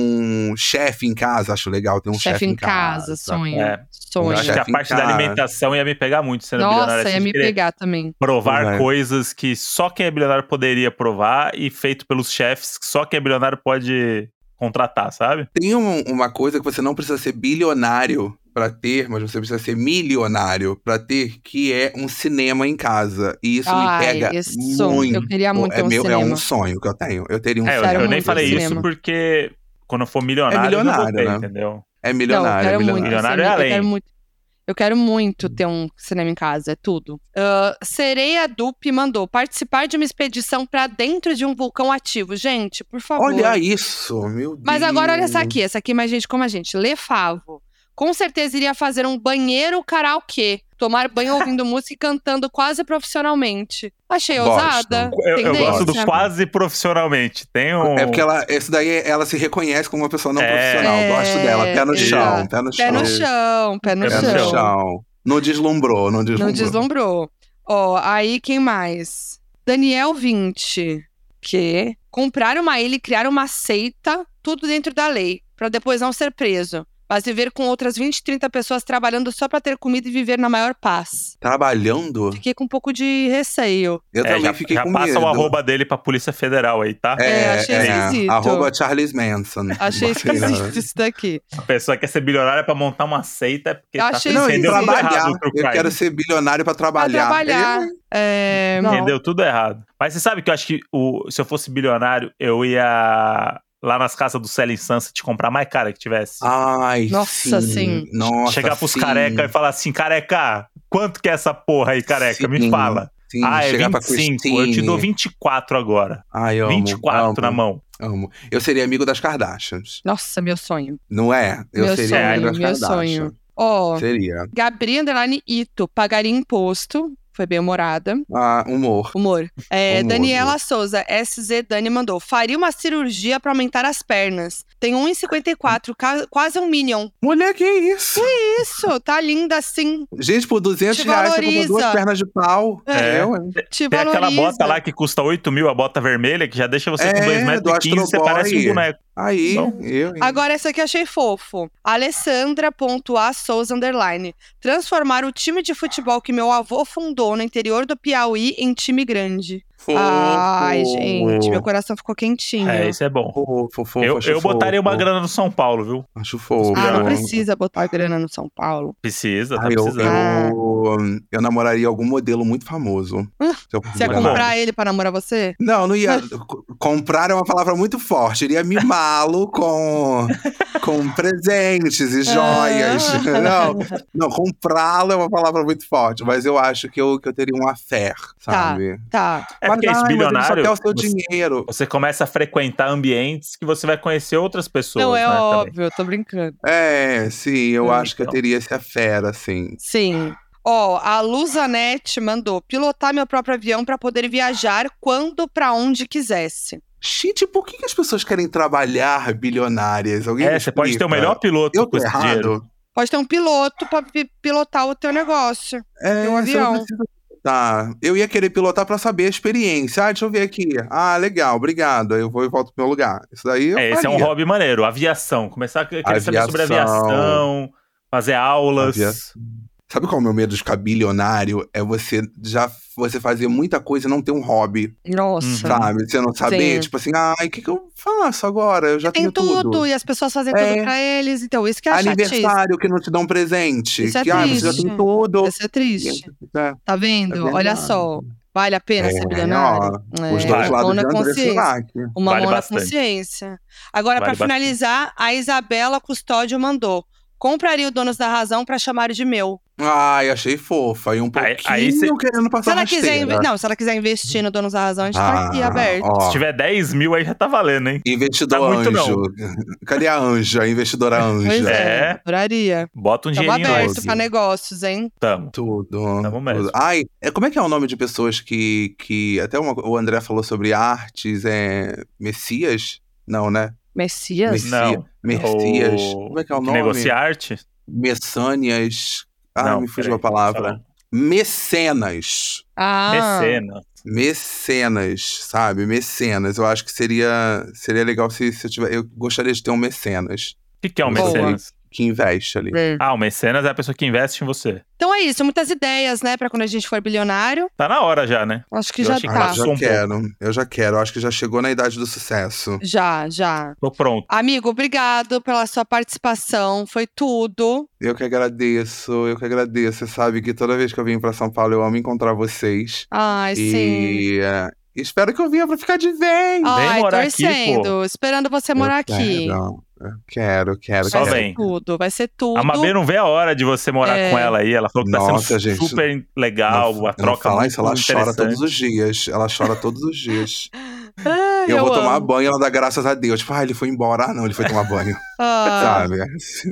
um chefe em casa. Acho legal ter um chefe Chefe em em casa, sonho. É. Sonho. Eu acho que a chefe em parte da casa. alimentação ia me pegar muito sendo bilionário. Nossa, assim, ia de me querer pegar também. Provar Vai. coisas que só quem é bilionário poderia provar e feito pelos chefes que só quem é bilionário pode contratar, sabe? Tem um- uma coisa que você não precisa ser bilionário pra ter, mas você precisa ser milionário pra ter, que é um cinema em casa. E isso Ai, me pega esse sonho. muito. Eu queria muito é, ter um meu, é cinema. um sonho que eu tenho. Eu teria um É, eu, Quero eu nem muito falei no isso cinema. porque quando eu for milionário, É milionário, eu vou ter, né? entendeu? É Não, eu milionário, é quero muito. milionário. Milionário é cinema, além. Eu quero muito, eu quero muito ter um cinema em casa, é tudo. Ah, Sereia Dupe mandou participar de uma expedição pra dentro de um vulcão ativo. Gente, por favor. Olha isso, meu Deus. Mas agora olha essa aqui, essa aqui é mais gente como a gente. Lê Favo. Com certeza iria fazer um banheiro karaokê. Tomar banho ouvindo música e cantando quase profissionalmente. Achei Gosto. ousada. Eu, eu gosto do tendência. quase profissionalmente. Tem um... É porque ela, esse daí, ela se reconhece como uma pessoa não É. profissional. Gosto dela. Pé no É, chão, exato. pé no chão. Pé no chão, pé no Pé Pé no no chão. chão. Não deslumbrou, não deslumbrou. Não deslumbrou. Ó, aí quem mais? Daniel vinte. Que comprar uma ilha e criar uma seita, tudo dentro da lei, pra depois não ser preso. Mas viver com outras vinte, trinta pessoas trabalhando só pra ter comida e viver na maior paz. Trabalhando? Fiquei com um pouco de receio. Eu É, também já, fiquei já com passa medo. o arroba dele pra Polícia Federal aí, tá? É, achei esquisito. Arroba Charles Manson. Achei Botei lá. esquisito isso daqui. A pessoa quer ser bilionária pra montar uma seita é porque Eu tá achei Não, e entendeu tudo trabalhar. errado pro Eu crime. quero ser bilionário pra Pra trabalhar. trabalhar. É, não. Entendeu tudo errado. Mas você sabe que eu acho que o, se eu fosse bilionário, eu ia lá nas casas do Selling Sunset comprar mais cara que tivesse. Ai, Nossa, sim. sim. Nossa, Chegar pros sim. careca e falar assim, careca, quanto que é essa porra aí, careca? Me Sim, fala. Sim, Ah, é chegar pra vinte e cinco, eu te Christine. dou vinte e quatro agora. Ai, amo, vinte e quatro amo, na mão. Amo. Eu seria amigo das Kardashians. Nossa, meu sonho. Não é? Eu Meu seria sonho, amigo das meu Kardashians. sonho. Ó, Seria. Gabriel Underline Ito pagaria imposto Foi bem humorada. Ah, humor. Humor. É, humor Daniela humor. Souza, S Z Dani mandou. Faria uma cirurgia pra aumentar as pernas. Tem um e cinquenta e quatro, quase um Minion. Mulher, que isso? Que isso? Tá linda assim. Gente, por duzentos reais você compra duas pernas de pau. É. é Te Tem valoriza. aquela bota lá que custa oito mil, a bota vermelha, que já deixa você É, com dois metros e quinze, você parece um boneco. Aí, Bom. eu, hein? Agora essa aqui eu achei fofo. Alessandra.a Souza Underline. Transformar o time de futebol que meu avô fundou no interior do Piauí em time grande. Fofo. Ai, gente, meu coração ficou quentinho. É, isso é bom. Fofo, fofo, eu acho eu botaria fofo. uma grana no São Paulo, viu? Acho fofo. Ah, não precisa botar grana no São Paulo. Precisa, tá Ah, eu, precisando. eu, eu namoraria algum modelo muito famoso. Se eu Você ia puder. comprar ele pra namorar você? Não, não ia. Comprar é uma palavra muito forte. Iria mimá-lo com, com presentes e joias. Não, não comprá-lo é uma palavra muito forte. Mas eu acho que eu, que eu teria um affair, sabe? Tá. É Mas, porque esse ai, mas ele bilionário, só quer o seu você, dinheiro. você começa a frequentar ambientes que você vai conhecer outras pessoas, Não, é né, óbvio, eu tô brincando. É, sim, eu Hum, acho que eu então. teria esse affair, assim. Sim. Ó, a Luzanete mandou pilotar meu próprio avião pra poder viajar quando, pra onde quisesse. Gente, por que, que as pessoas querem trabalhar bilionárias? Alguém É, me você pode ter o explica? melhor piloto Eu com tô esse dinheiro. errado? Pode ter um piloto pra pi- pilotar o teu negócio. É, Tem um você não avião. precisa pilotar. Eu ia querer pilotar pra saber a experiência. Ah, deixa eu ver aqui. Ah, legal, obrigado. Aí eu vou e volto pro meu lugar. Isso daí eu É, esse é um faria. hobby maneiro. Aviação. Começar a querer saber sobre Aviação. aviação, fazer aulas. Avia- Sabe qual é o meu medo de ficar bilionário? É você já você fazer muita coisa e não ter um hobby, Nossa. sabe? Você não saber, Sim. tipo assim, ai, o que, que eu faço agora? Eu já Tem tenho tudo, tudo. e as pessoas fazem É. tudo pra eles. Então, isso que é a chatice. Aniversário que não te dão presente. Isso é que ah, você já triste. tem tudo. Isso é triste. É, Tá vendo? é Olha verdade. só. Vale a pena É, ser bilionário? ó, os É, dois uma lados mão de na André consciência. Surak. Uma Vale mão na bastante. consciência. Agora, Vale pra finalizar, a Isabela Custódio mandou. Compraria o Donos da Razão pra chamar de meu. Ai, achei fofa. E um pouquinho Aí- aí cê- querendo Se passar ela, quiser rasteira. inve- não, se ela quiser investir no Donos da Razão, a gente tá aqui Ah, aberto. ó, Se tiver dez mil, aí já tá valendo, hein? investidor Tá muito anjo. Cadê a anja? A investidora anja. Pois é, É. adoraria. Bota um Estamos dinheirinho abertos novo. pra negócios, hein? Tamo. Tudo. Tamo mesmo. tudo. Ai, é, como é que é o nome de pessoas que. que até uma- o André falou sobre artes, é. Messias? Não, né? Messias? Messi- Não. Messias. O- Como é que é o que nome? negocia arte? Messânias. Ah, Não, me fugiu peraí, a palavra. fala. Mecenas. Ah, Mecena. Mecenas, sabe? Mecenas. Eu acho que seria, seria legal se, se eu tiver. Eu gostaria de ter um mecenas O que, que é um Boa. mecenas? que investe ali. é. Ah, o mecenas é a pessoa que investe em você. Então é isso, muitas ideias, né, pra quando a gente for bilionário. Tá na hora já, né? Acho que Eu já achei que tá. passou já um quero, eu já quero. Acho que já chegou na idade do sucesso. Já, já. Tô pronto. Amigo, obrigado pela sua participação, foi tudo. Eu que agradeço, eu que agradeço. Você sabe que toda vez que eu vim pra São Paulo, eu amo encontrar vocês. Ai, sim. E é, espero que eu venha pra ficar de vez. Ai, morar aqui, torcendo, esperando você morar Eu aqui. Quero, eu quero, quero. Só Vai quero. ser vem. tudo, vai ser tudo. A Mabê não vê a hora de você morar É. com ela aí. Ela falou que tá Nossa, sendo gente, super legal, Não- a não troca falar muito isso, ela chora interessante. todos os dias. Ela chora todos os dias. Ai, eu, eu vou tomar amo. banho, ela dá graças a Deus. Tipo, ah, ele foi embora. Ah, não, ele foi tomar banho. Ah, Sabe?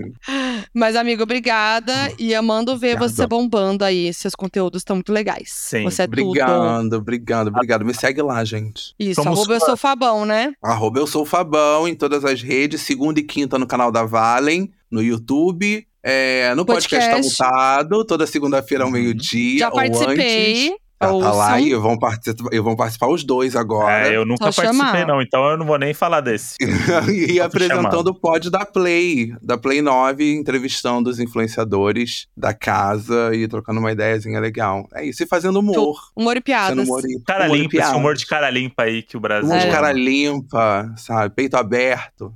mas, amigo, obrigada. E amando ver Obrigado. você bombando aí. Seus conteúdos estão muito legais. Sim. Você é tudo. Obrigado, obrigado, obrigado. Me segue lá, gente. Isso, Somos arroba eu sou Fabão, né? Arroba eu sou o Fabão em todas as redes. Segunda e quinta no canal da Valen, no YouTube. É, no podcast, Podcast. Tá Mutado, toda segunda-feira ao Uhum. meio-dia. Já ou participei. antes. Já tá ouçam. lá e vão participar, eu vão participar os dois agora. É, eu nunca Só participei, chamar. não, então eu não vou nem falar desse. E Só apresentando o pod da Play, da Play nove, entrevistando os influenciadores da casa e trocando uma ideiazinha legal. É isso, e fazendo humor. Humor e Sendo piadas. humorista. Cara humor e limpa, esse piada. humor de cara limpa aí que o Brasil. Humor de É. cara limpa, sabe? Peito aberto.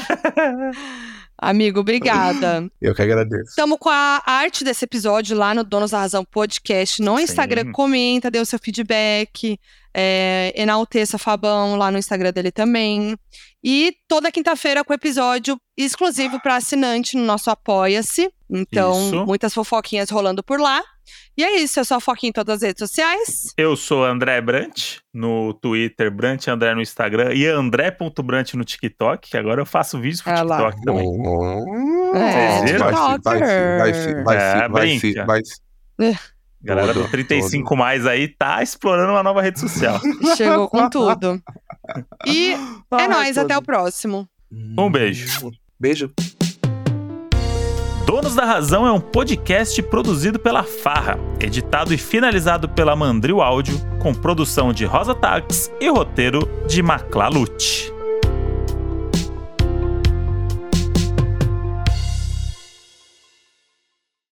Amigo, obrigada. Eu que agradeço. Estamos com a arte desse episódio lá no Donos da Razão Podcast no Sim. Instagram. Comenta, dê o seu feedback. É, enalteça Fabão lá no Instagram dele também. E toda quinta-feira com episódio exclusivo para assinante no nosso Apoia-se. Então, Isso. muitas fofoquinhas rolando por lá. E é isso, eu sou a Foquinha em todas as redes sociais. Eu sou André Brant no Twitter, Brant André no Instagram e André.brant no TikTok, que agora eu faço vídeos pro Ah lá. TikTok também. É, Vocês viram? Vai se, vai se, vai se, vai É, se, vai se, brinca. vai se. Galera do trinta e cinco todo. Mais aí tá explorando uma nova rede social. Chegou com tudo. E ah, é nóis, até o próximo. Um beijo. Beijo. Donos da Razão é um podcast produzido pela Farra, editado e finalizado pela Mandril Áudio, com produção de Rosa Tax e roteiro de Maclá Lute.